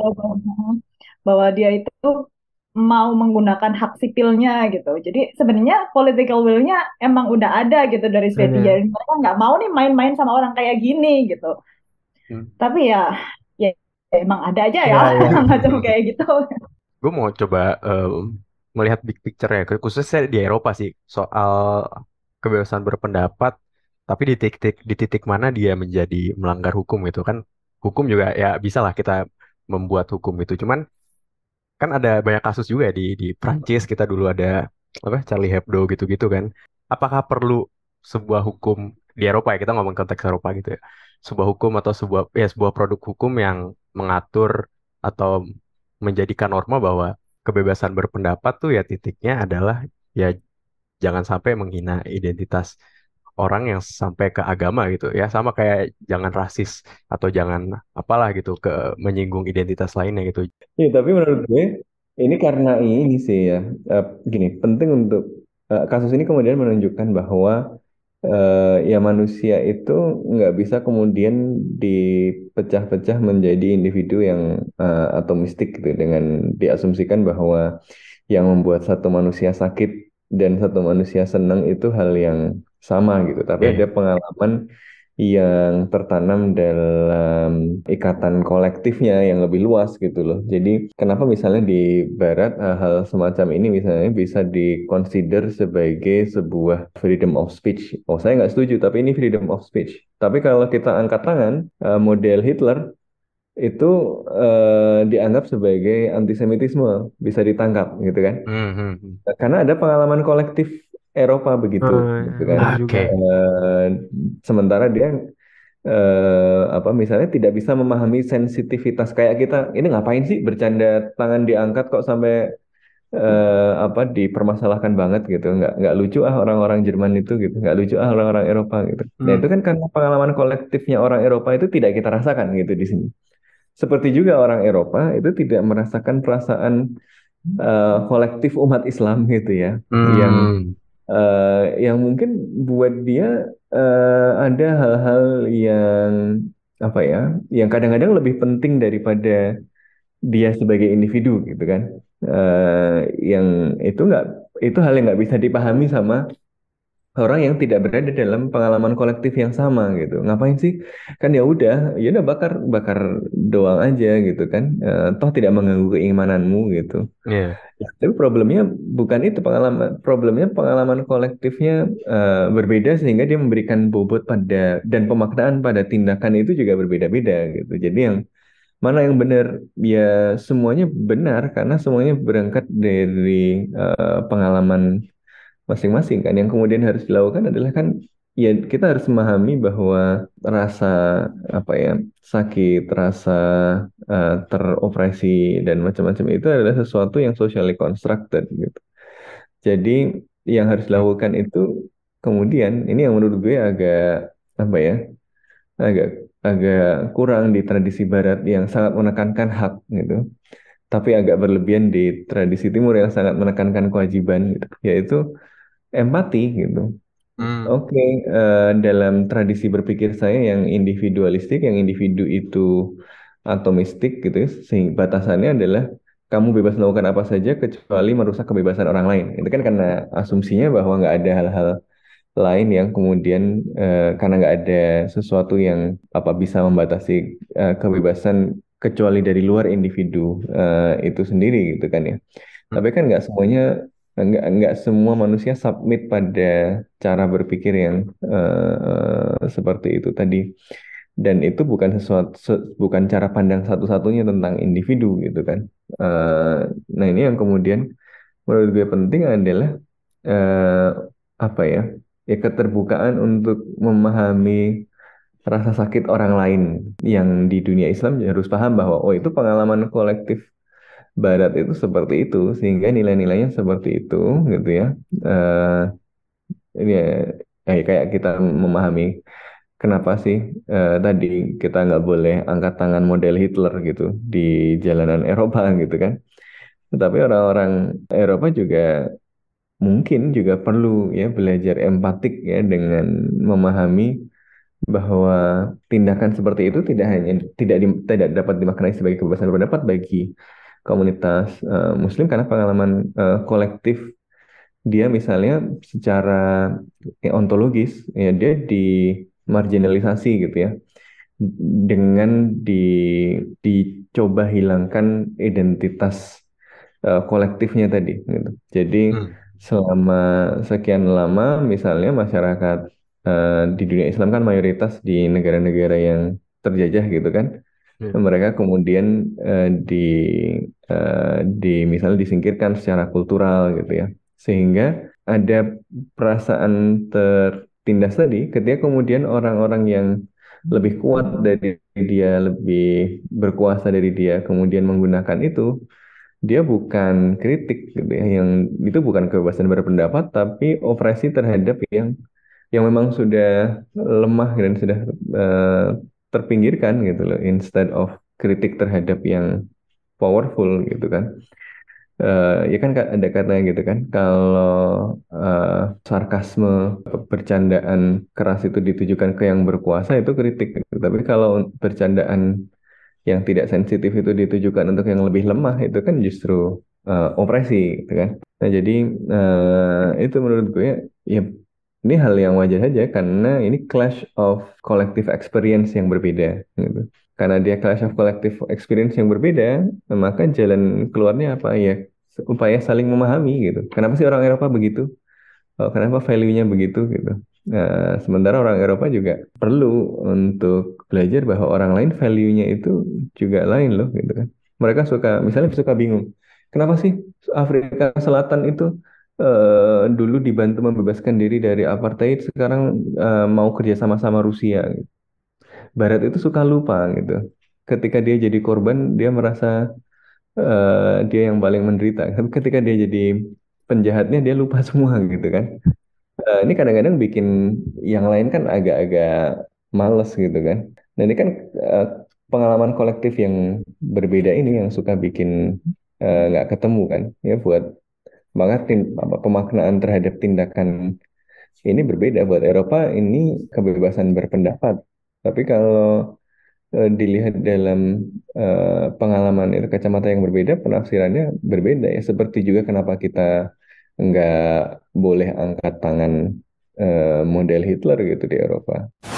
bahwa dia itu mau menggunakan hak sipilnya gitu. Jadi sebenarnya political will-nya emang udah ada gitu dari Swedia. Iya. Mereka nggak mau nih main-main sama orang kayak gini gitu. Hmm. Tapi ya, ya emang ada aja ya Iya, iya. macam kayak gitu. Gue mau coba em, melihat big picture-nya, khususnya di Eropa sih, soal kebebasan berpendapat, tapi di titik di titik mana dia menjadi melanggar hukum itu kan, hukum juga ya bisa lah kita membuat hukum itu, cuman kan ada banyak kasus juga di di Prancis, kita dulu ada apa Charlie Hebdo gitu-gitu kan. Apakah perlu sebuah hukum di Eropa ya, kita ngomong konteks Eropa gitu ya, sebuah hukum atau sebuah ya sebuah produk hukum yang mengatur atau menjadikan norma bahwa kebebasan berpendapat tuh ya titiknya adalah ya jangan sampai menghina identitas orang yang sampai ke agama gitu ya, sama kayak jangan rasis atau jangan apalah gitu ke menyinggung identitas lainnya gitu. Ya, tapi menurut gue ini karena ini sih ya, eh, gini, penting untuk eh, kasus ini kemudian menunjukkan bahwa eh, ya manusia itu nggak bisa kemudian dipecah-pecah menjadi individu yang eh, atomistik gitu dengan diasumsikan bahwa yang membuat satu manusia sakit dan satu manusia senang itu hal yang sama gitu. Tapi Iya, ada iya. pengalaman yang tertanam dalam ikatan kolektifnya yang lebih luas gitu loh. Jadi kenapa misalnya di Barat eh, hal semacam ini misalnya bisa dikonsider sebagai sebuah freedom of speech. Oh, saya nggak setuju, tapi ini freedom of speech. Tapi kalau kita angkat tangan, eh, model Hitler itu eh, dianggap sebagai antisemitisme, bisa ditangkap gitu kan. Hmm, hmm, hmm. Karena ada pengalaman kolektif Eropa begitu, Eh, gitu kan. benar Oke. juga. Eh, sementara dia eh, apa misalnya tidak bisa memahami sensitivitas kayak kita. Ini ngapain sih bercanda tangan diangkat kok sampai eh, apa dipermasalahkan banget gitu. Nggak nggak lucu ah orang-orang Jerman itu gitu. Nggak lucu ah orang-orang Eropa gitu. Nah Hmm. itu kan karena pengalaman kolektifnya orang Eropa itu tidak kita rasakan gitu di sini. Seperti juga orang Eropa itu tidak merasakan perasaan eh, kolektif umat Islam gitu ya, yang Hmm. eh, yang mungkin buat dia eh, ada hal-hal yang apa ya, yang kadang-kadang lebih penting daripada dia sebagai individu gitu kan. Eh, yang itu nggak itu hal yang nggak bisa dipahami sama orang yang tidak berada dalam pengalaman kolektif yang sama gitu. Ngapain sih? Kan ya udah, ya udah bakar bakar doang aja gitu kan. Eh, toh tidak mengganggu keimananmu gitu. Iya. Ya, tapi problemnya bukan itu pengalaman. Problemnya pengalaman kolektifnya eh, berbeda sehingga dia memberikan bobot pada dan pemaknaan pada tindakan itu juga berbeda-beda gitu. Jadi yang mana yang benar? Ya semuanya benar karena semuanya berangkat dari eh, pengalaman masing-masing kan. Yang kemudian harus dilakukan adalah kan ya kita harus memahami bahwa rasa apa ya sakit, rasa eh, teropresi dan macam-macam itu adalah sesuatu yang socially constructed gitu. Jadi yang harus Hmm. dilakukan itu kemudian ini yang menurut gue agak apa ya agak agak kurang di tradisi Barat yang sangat menekankan hak gitu, tapi agak berlebihan di tradisi Timur yang sangat menekankan kewajiban gitu, yaitu empati gitu. Hmm. Oke, eh, dalam tradisi berpikir saya yang individualistik, yang individu itu atomistik gitu, ya, sehingga batasannya adalah kamu bebas melakukan apa saja kecuali merusak kebebasan orang lain. Itu kan karena asumsinya bahwa nggak ada hal-hal lain yang kemudian eh, karena nggak ada sesuatu yang apa bisa membatasi eh, kebebasan kecuali dari luar individu eh, itu sendiri gitu kan ya. Hmm. Tapi kan nggak semuanya nggak nggak semua manusia submit pada cara berpikir yang eh, seperti itu tadi. Dan itu bukan sesuatu se- bukan cara pandang satu-satunya tentang individu gitu kan. Eh, nah ini yang kemudian menurut gue penting adalah eh, apa ya, ya keterbukaan untuk memahami rasa sakit orang lain yang di dunia Islam harus paham bahwa oh itu pengalaman kolektif Barat itu seperti itu sehingga nilai-nilainya seperti itu gitu ya. Eh ini ya, eh, kayak kita memahami kenapa sih eh, tadi kita nggak boleh angkat tangan model Hitler gitu di jalanan Eropa gitu kan. Tetapi orang-orang Eropa juga mungkin juga perlu ya belajar empatik ya dengan memahami bahwa tindakan seperti itu tidak hanya tidak di- tidak dapat dimaknai sebagai kebebasan berpendapat bagi komunitas eh, Muslim karena pengalaman eh, kolektif dia misalnya secara eh, ontologis ya dia dimarginalisasi gitu ya dengan di dicoba hilangkan identitas eh, kolektifnya tadi gitu. Jadi Hmm. selama sekian lama misalnya masyarakat eh, di dunia Islam kan mayoritas di negara-negara yang terjajah gitu kan. Hmm. Mereka kemudian eh, di eh, di misalnya disingkirkan secara kultural gitu ya. Sehingga ada perasaan tertindas tadi ketika kemudian orang-orang yang lebih kuat dari dia, lebih berkuasa dari dia, kemudian menggunakan itu, dia bukan kritik gitu ya, yang itu bukan kebebasan berpendapat, tapi opresi terhadap yang yang memang sudah lemah dan sudah eh, terpinggirkan gitu loh, instead of kritik terhadap yang powerful gitu kan. Eh, ya kan Kak, ada katanya gitu kan, kalau eh, sarkasme, bercandaan keras itu ditujukan ke yang berkuasa itu kritik gitu. Tapi kalau bercandaan yang tidak sensitif itu ditujukan untuk yang lebih lemah itu kan justru eh, opresi gitu kan. Nah jadi eh, itu menurut gue ya ini hal yang wajar saja karena ini clash of collective experience yang berbeda gitu. Karena dia clash of collective experience yang berbeda, maka jalan keluarnya apa ya? Upaya saling memahami gitu. Kenapa sih orang Eropa begitu? Oh, kenapa value-nya begitu gitu. Nah, sementara orang Eropa juga perlu untuk belajar bahwa orang lain value-nya itu juga lain loh gitu kan. Mereka suka, misalnya suka bingung. Kenapa sih Afrika Selatan itu eh, dulu dibantu membebaskan diri dari apartheid, sekarang eh, mau kerja sama sama Rusia gitu. Barat itu suka lupa gitu. Ketika dia jadi korban, dia merasa eh, dia yang paling menderita. Tapi ketika dia jadi penjahatnya, dia lupa semua gitu kan. Eh, ini kadang-kadang bikin yang lain kan agak-agak males gitu kan. Nah ini kan eh, pengalaman kolektif yang berbeda ini yang suka bikin eh, nggak ketemu kan. Ya buat maka tin- apa, pemaknaan terhadap tindakan ini berbeda. Buat Eropa ini kebebasan berpendapat. Tapi kalau eh, dilihat dalam eh, pengalaman itu kacamata yang berbeda, penafsirannya berbeda ya. Seperti juga kenapa kita nggak boleh angkat tangan eh, model Hitler gitu di Eropa.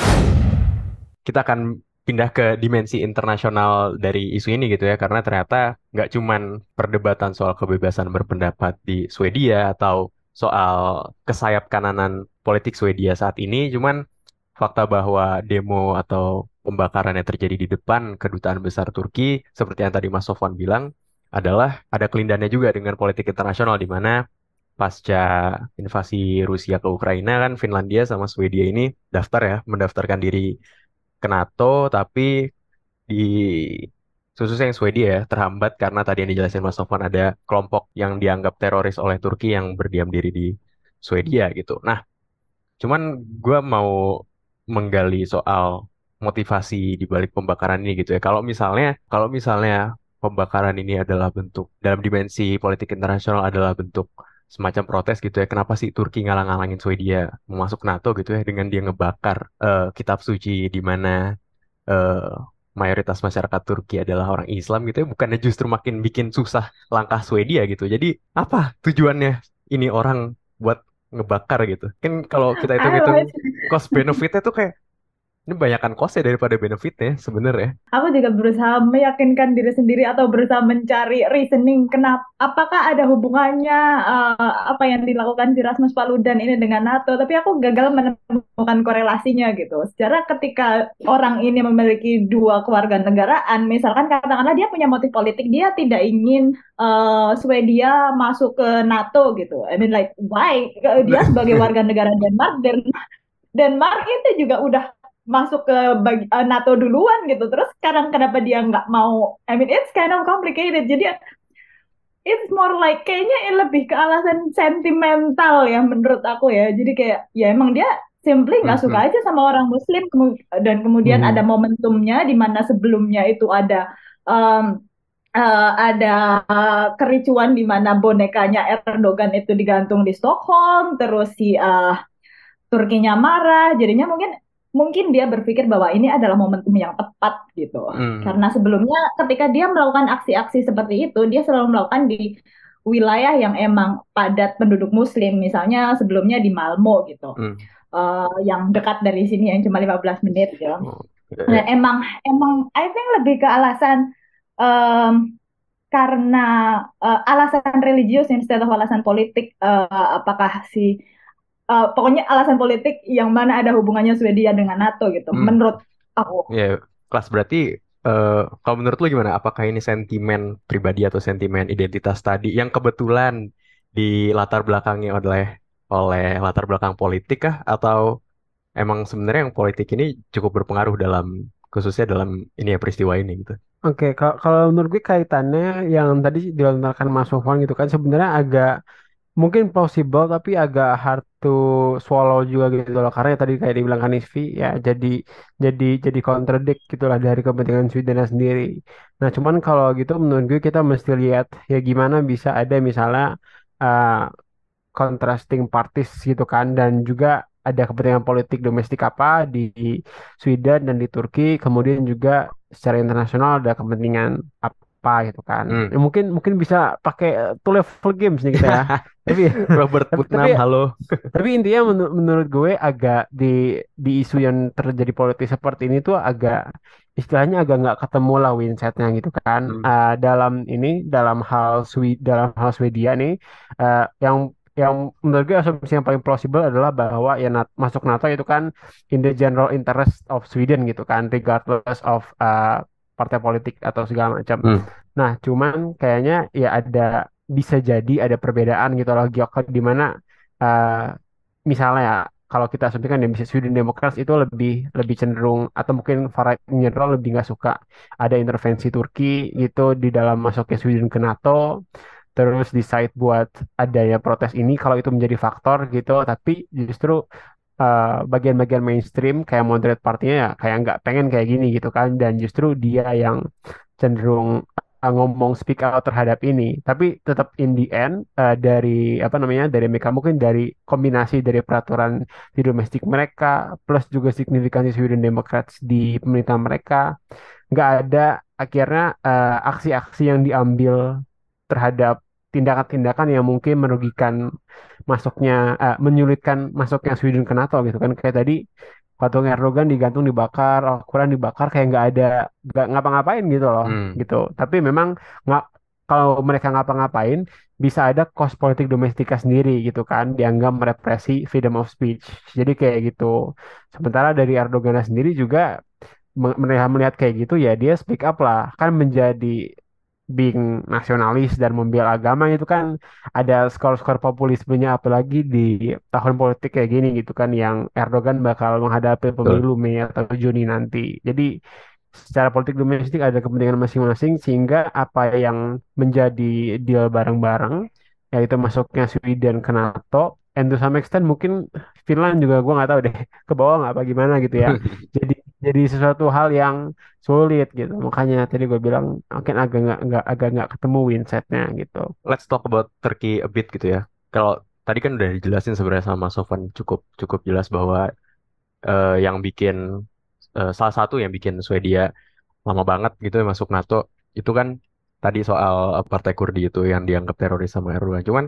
Kita akan pindah ke dimensi internasional dari isu ini gitu ya, karena ternyata nggak cuman perdebatan soal kebebasan berpendapat di Swedia atau soal kesayap kananan politik Swedia saat ini, cuman fakta bahwa demo atau pembakaran yang terjadi di depan kedutaan besar Turki, seperti yang tadi Mas Sofwan bilang, adalah ada kelindannya juga dengan politik internasional di mana pasca invasi Rusia ke Ukraina kan Finlandia sama Swedia ini daftar ya, mendaftarkan diri ke NATO, tapi di khususnya yang Swedia ya terhambat karena tadi yang dijelasin Mas Sofwan ada kelompok yang dianggap teroris oleh Turki yang berdiam diri di Swedia gitu. Nah, cuman gue mau menggali soal motivasi di balik pembakaran ini gitu ya. Kalau misalnya kalau misalnya pembakaran ini adalah bentuk dalam dimensi politik internasional adalah bentuk semacam protes gitu ya. Kenapa sih Turki ngalang-ngalangin Swedia mau masuk NATO gitu ya dengan dia ngebakar eh, kitab suci di mana eh, mayoritas masyarakat Turki adalah orang Islam gitu ya. Bukannya justru makin bikin susah langkah Swedia gitu. Jadi apa tujuannya ini orang buat ngebakar gitu? Kan kalau kita I hitung-hitung like cost benefitnya tuh kayak Ini banyakkan cost-nya daripada benefitnya sebenarnya. Aku juga berusaha meyakinkan diri sendiri atau berusaha mencari reasoning kenapa, apakah ada hubungannya eh, apa yang dilakukan si Rasmus Paludan ini dengan NATO, tapi aku gagal menemukan korelasinya gitu. Secara ketika orang ini memiliki dua kewarganegaraan, misalkan katakanlah dia punya motif politik, dia tidak ingin eh, Swedia masuk ke NATO gitu. I mean like why? Dia sebagai warga negara Denmark dan Denmark itu juga udah masuk ke bagi, uh, NATO duluan gitu. Terus sekarang kenapa dia nggak mau? I mean it's kind of complicated. Jadi it's more like kayaknya lebih ke alasan sentimental ya menurut aku ya. Jadi kayak ya emang dia simply nggak suka Mhm. aja sama orang Muslim kemu- dan kemudian ada Mhm. momentumnya di mana sebelumnya itu ada um, uh, ada uh, kericuan di mana bonekanya Erdogan itu digantung di Stockholm, terus si uh, Turkinya marah, jadinya mungkin mungkin dia berpikir bahwa ini adalah momentum yang tepat gitu. Hmm. Karena sebelumnya ketika dia melakukan aksi-aksi seperti itu, dia selalu melakukan di wilayah yang emang padat penduduk Muslim, misalnya sebelumnya di Malmo gitu, Hmm. Eh, yang dekat dari sini yang cuma lima belas menit gitu. Oh, Nah, eh, emang emang I think lebih ke alasan em, karena eh, alasan religius instead of alasan politik. Eh, apakah si eh, pokoknya alasan politik yang mana ada hubungannya Swedia dengan NATO gitu. hmm. Menurut aku. Ya, kelas berarti eh, kalau menurut lu gimana? Apakah ini sentimen pribadi atau sentimen identitas tadi yang kebetulan di latar belakangnya oleh oleh latar belakang politik kah? Atau emang sebenarnya yang politik ini cukup berpengaruh dalam khususnya dalam ini ya peristiwa ini gitu? Oke, kalau kalau menurut gue kaitannya yang tadi dilontarkan Mas Sofwan gitu kan sebenarnya agak mungkin plausible tapi agak hard to swallow juga gitu loh karena ya tadi kayak dibilang Kanisvi ya jadi jadi jadi contradict gitulah dari kepentingan Sweden sendiri. Nah cuman kalau gitu menurut gue kita mesti lihat ya gimana bisa ada misalnya uh, contrasting parties gitu kan dan juga ada kepentingan politik domestik apa di Sweden dan di Turki kemudian juga secara internasional ada kepentingan apa gitu kan. Hmm. Ya, mungkin mungkin bisa pakai uh, two level games nih kita ya. Tapi Robert tapi tapi Putnam, halo. tapi intinya menur- menurut gue agak di di isu yang terjadi politik seperti ini tuh agak istilahnya agak nggak ketemu lah windsetnya gitu kan. Hmm. Uh, dalam ini dalam hal Swi dalam hal Swedia nih uh, yang yang menurut gue asumsi yang paling plausible adalah bahwa ya nat- masuk NATO itu kan in the general interest of Sweden gitu kan regardless of uh, partai politik atau segala macam. Hmm. Nah, cuman kayaknya ya ada bisa jadi ada perbedaan gitu loh Gyok, di mana uh, misalnya ya kalau kita asumsikan ya bisa Sweden Democrats itu lebih lebih cenderung atau mungkin far right in general lebih nggak suka ada intervensi Turki gitu di dalam masuknya Sweden ke NATO terus decide buat adanya protes ini kalau itu menjadi faktor gitu tapi justru uh, bagian-bagian mainstream kayak moderate partinya ya kayak nggak pengen kayak gini gitu kan dan justru dia yang cenderung uh, ngomong speak out terhadap ini tapi tetap in the end uh, dari apa namanya dari mereka mungkin dari kombinasi dari peraturan di domestik mereka plus juga signifikansi Sweden Democrats di pemerintahan mereka nggak ada akhirnya uh, aksi-aksi yang diambil terhadap tindakan-tindakan yang mungkin merugikan masuknya eh, menyulitkan masuknya Sweden ke NATO gitu kan kayak tadi patung Erdogan digantung dibakar Al-Quran dibakar kayak nggak ada nggak ngapa-ngapain gitu loh Hmm. gitu tapi memang nggak kalau mereka ngapa-ngapain bisa ada cost politik domestika sendiri gitu kan dianggap merepresi freedom of speech jadi kayak gitu sementara dari Erdogan sendiri juga me- mereka melihat kayak gitu ya dia speak up lah kan menjadi being nasionalis dan membela agama itu kan ada skor-skor populismenya apalagi di tahun politik kayak gini gitu kan yang Erdogan bakal menghadapi Betul. pemilu Mei atau Juni nanti. Jadi secara politik domestik ada kepentingan masing-masing sehingga apa yang menjadi deal bareng-bareng yaitu masuknya Sweden ke NATO and to some extent mungkin Finland juga gue nggak tahu deh ke bawah nggak apa gimana gitu ya. Jadi jadi sesuatu hal yang sulit gitu. Makanya tadi gue bilang mungkin agak nggak nggak agak nggak ketemu windsetnya gitu. Let's talk about Turkey a bit gitu ya. Kalau tadi kan udah dijelasin sebenarnya sama Sofwan cukup cukup jelas bahwa eh, yang bikin eh, salah satu yang bikin Swedia lama banget gitu ya masuk NATO itu kan tadi soal Partai Kurdi itu yang dianggap teroris sama Erdogan. Cuman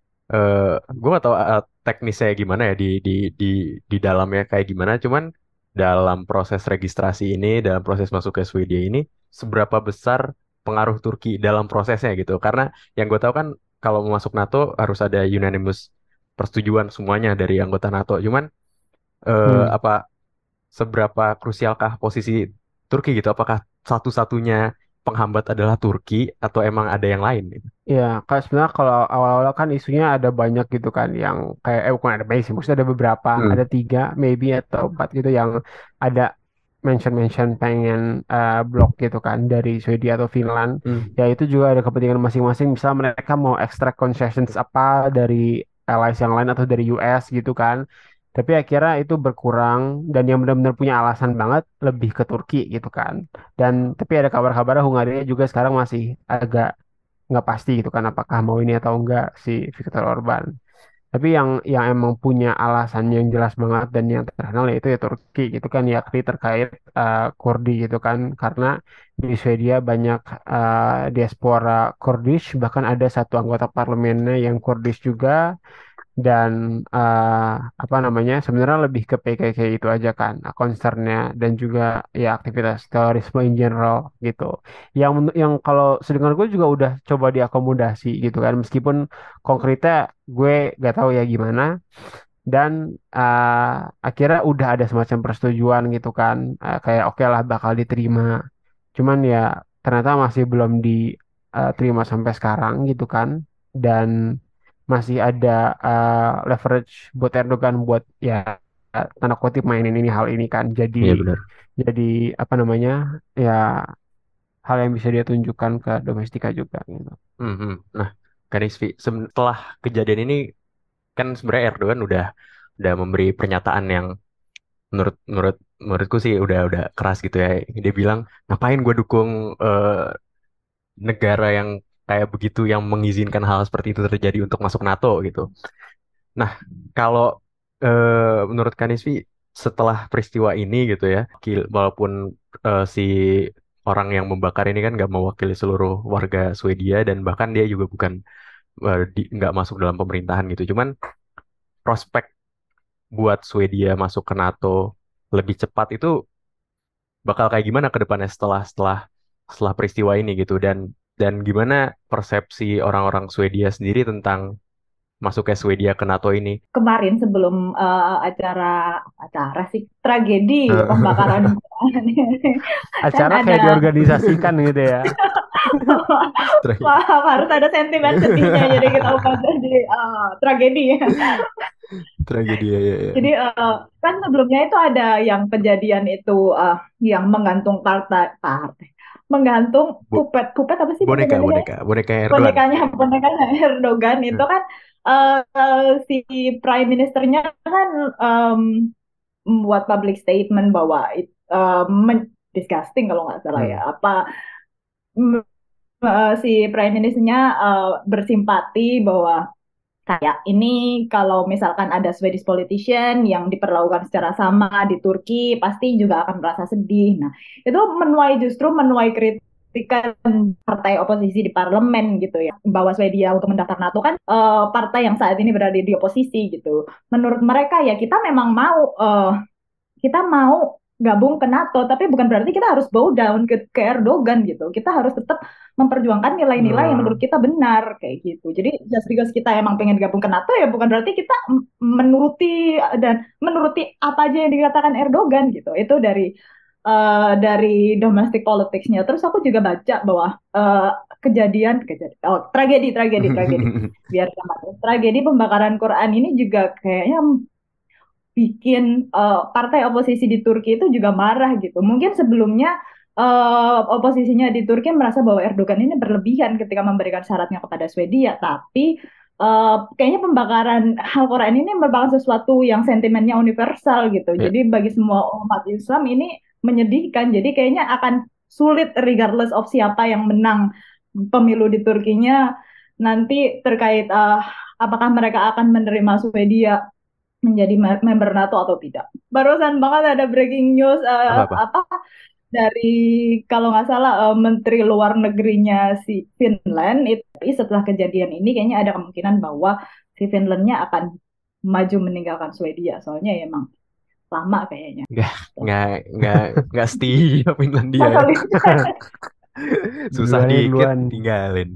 eh gue gak tahu eh, teknisnya gimana ya di di di di dalamnya kayak gimana. Cuman dalam proses registrasi ini, dalam proses masuk ke Swedia ini, seberapa besar pengaruh Turki dalam prosesnya gitu. Karena yang gue tahu kan kalau mau masuk NATO harus ada unanimous persetujuan semuanya dari anggota NATO. Cuman eh, Hmm. apa seberapa krusialkah posisi Turki gitu? Apakah satu-satunya penghambat adalah Turki atau emang ada yang lain gitu? Ya, kan sebenarnya kalau awal-awal kan isunya ada banyak gitu kan, yang kayak eh bukan ada banyak sih, maksudnya ada beberapa, Hmm. ada tiga maybe atau empat gitu yang ada mention-mention pengen eh, blok gitu kan dari Swedia atau Finland. Hmm. Ya itu juga ada kepentingan masing-masing. Misal mereka mau extract concessions apa dari allies yang lain atau dari U S gitu kan. Tapi akhirnya itu berkurang dan yang benar-benar punya alasan banget lebih ke Turki gitu kan. Dan tapi ada kabar-kabar Hungaria juga sekarang masih agak nggak pasti gitu kan apakah mau ini atau enggak si Viktor Orban. Tapi yang yang emang punya alasan yang jelas banget dan yang terkenal yaitu ya Turki gitu kan, yakni terkait eh, Kurdi gitu kan, karena di Swedia banyak eh, diaspora Kurdish, bahkan ada satu anggota parlemennya yang Kurdish juga. Dan eh, apa namanya sebenarnya lebih ke P K K itu aja kan concernnya, dan juga ya aktivitas terorisme in general gitu yang men- yang kalau sedengar gue juga udah coba diakomodasi gitu kan, meskipun konkretnya gue gak tahu ya gimana. Dan eh, akhirnya udah ada semacam persetujuan gitu kan. Eh, kayak oke lah bakal diterima, cuman ya ternyata masih belum diterima sampai sekarang gitu kan. Dan masih ada eh, leverage buat Erdogan buat ya tanda kutip mainin ini hal ini kan, jadi Iya benar. jadi apa namanya ya hal yang bisa dia tunjukkan ke domestika juga gitu. Hmm, hmm. Nah, Kanisvi, setelah kejadian ini kan sebenarnya Erdogan udah udah memberi pernyataan yang menurut menurut menurutku sih udah udah keras gitu ya. Dia bilang ngapain gue dukung eh, negara yang kayak begitu yang mengizinkan hal seperti itu terjadi untuk masuk NATO gitu. Nah, kalau eh, menurut Kanisvi setelah peristiwa ini gitu ya, kil- walaupun eh, si orang yang membakar ini kan nggak mewakili seluruh warga Swedia dan bahkan dia juga bukan eh, di- nggak masuk dalam pemerintahan gitu. Cuman prospek buat Swedia masuk ke NATO lebih cepat itu bakal kayak gimana ke depannya setelah setelah setelah peristiwa ini gitu, dan dan gimana persepsi orang-orang Swedia sendiri tentang masuknya Swedia ke NATO ini? Kemarin sebelum eh, acara acara sih tragedi pembakaran Eh, kan Acara ada kayak diorganisasikan gitu ya. Terakhir. wah, harus ada sentimen sedihnya jadi kita ubah jadi eh, tragedi ya. Tragedi ya, ya, ya. Jadi eh, kan sebelumnya itu ada yang kejadian itu eh, yang menggantung partai partai menggantung Bo- pupet pupet apa sih bahasa boneka Indonesia? boneka boneka Erdogan. bonekanya bonekanya Erdogan itu Hmm. kan eh, eh, si prime ministernya kan em, membuat public statement bahwa it, eh, men- disgusting kalau nggak salah ya Hmm. apa mm, eh, si prime ministernya eh, bersimpati bahwa kayak ini kalau misalkan ada Swedish politician yang diperlakukan secara sama di Turki pasti juga akan merasa sedih. Nah, itu menuai justru menuai kritikan partai oposisi di parlemen gitu ya. Bahwa Swedia untuk mendaftar NATO kan eh, partai yang saat ini berada di oposisi gitu. Menurut mereka ya kita memang mau eh, kita mau gabung ke NATO, tapi bukan berarti kita harus bow down ke, ke Erdogan gitu. Kita harus tetap memperjuangkan nilai-nilai yang menurut Hmm. kita benar kayak gitu. Jadi just because kita emang pengen gabung ke NATO ya bukan berarti kita m- menuruti dan menuruti apa aja yang dikatakan Erdogan gitu. Itu dari eh, dari domestic politics-nya. Terus aku juga baca bahwa eh, kejadian kejadian oh tragedi tragedi tragedi biar sama tragedi pembakaran Quran ini juga kayaknya bikin eh, partai oposisi di Turki itu juga marah gitu. Mungkin sebelumnya eh, oposisinya di Turki merasa bahwa Erdogan ini berlebihan ketika memberikan syaratnya kepada Swedia, tapi eh, kayaknya pembakaran Al-Quran ini merupakan sesuatu yang sentimennya universal gitu. Ya. Jadi bagi semua umat Islam ini menyedihkan. Jadi kayaknya akan sulit regardless of siapa yang menang pemilu di Turkinya nanti terkait eh, apakah mereka akan menerima Swedia menjadi member NATO atau tidak. Barusan banget ada breaking news uh, Apa-apa? apa dari kalau nggak salah uh, Menteri Luar Negerinya si Finland itu setelah kejadian ini kayaknya ada kemungkinan bahwa si Finlandnya akan maju meninggalkan Swedia. Soalnya ya emang lama kayaknya. Nggak, nggak, nggak, nggak setia Finlandia ya. Susah Duluan, dikit duluan. tinggalin.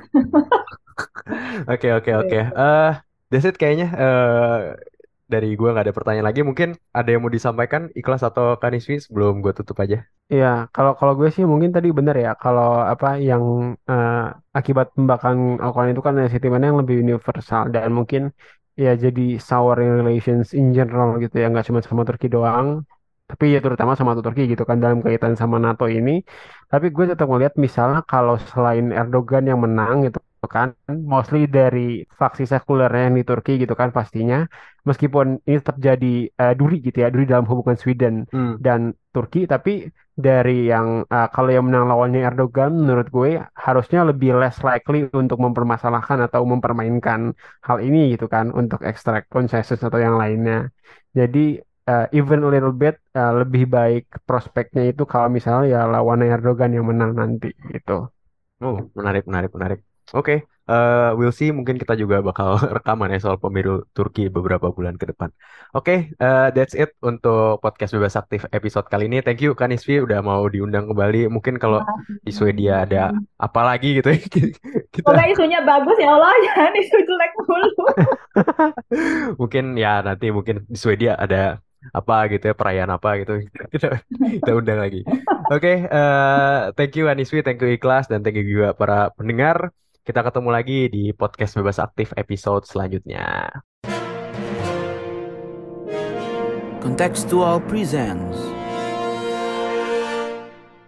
Oke, oke, oke. Eh, that's it kayaknya. Eh, dari gue nggak ada pertanyaan lagi. Mungkin ada yang mau disampaikan, Ikhlas atau Kanisvi sebelum gue tutup aja. Iya, kalau kalau gue sih mungkin tadi benar ya. Kalau apa yang eh, akibat pembakaran Al-Quran itu kan ada sentimen yang lebih universal dan mungkin ya jadi sour relations in general gitu ya, nggak cuma sama Turki doang, tapi ya terutama sama Turki gitu kan dalam kaitan sama NATO ini. Tapi gue tetap melihat misalnya kalau selain Erdogan yang menang gitu kan, mostly dari faksi sekulernya yang di Turki gitu kan pastinya, meskipun ini tetap jadi eh, duri gitu ya, duri dalam hubungan Sweden Hmm. dan Turki, tapi dari yang uh, kalau yang menang lawannya Erdogan menurut gue harusnya lebih less likely untuk mempermasalahkan atau mempermainkan hal ini gitu kan untuk extract consensus atau yang lainnya. Jadi uh, even a little bit uh, lebih baik prospeknya itu kalau misalnya ya lawannya Erdogan yang menang nanti gitu. Oh, menarik, menarik, menarik. Oke, eh, we'll see. Mungkin kita juga bakal rekaman ya soal pemilu Turki beberapa bulan ke depan. Oke, eh, that's it untuk podcast Bebas Aktif episode kali ini. Thank you Kanisvi udah mau diundang kembali. Mungkin kalau di Swedia ada apa lagi gitu ya, kita Semoga isunya bagus ya Allah, jangan isu jelek mulu. mungkin ya nanti mungkin di Swedia ada apa gitu ya, perayaan apa gitu, kita kita undang lagi. Oke, eh, thank you Aniswi, thank you Ikhlas, dan thank you juga para pendengar. Kita ketemu lagi di podcast Bebas Aktif episode selanjutnya. Contextual presents.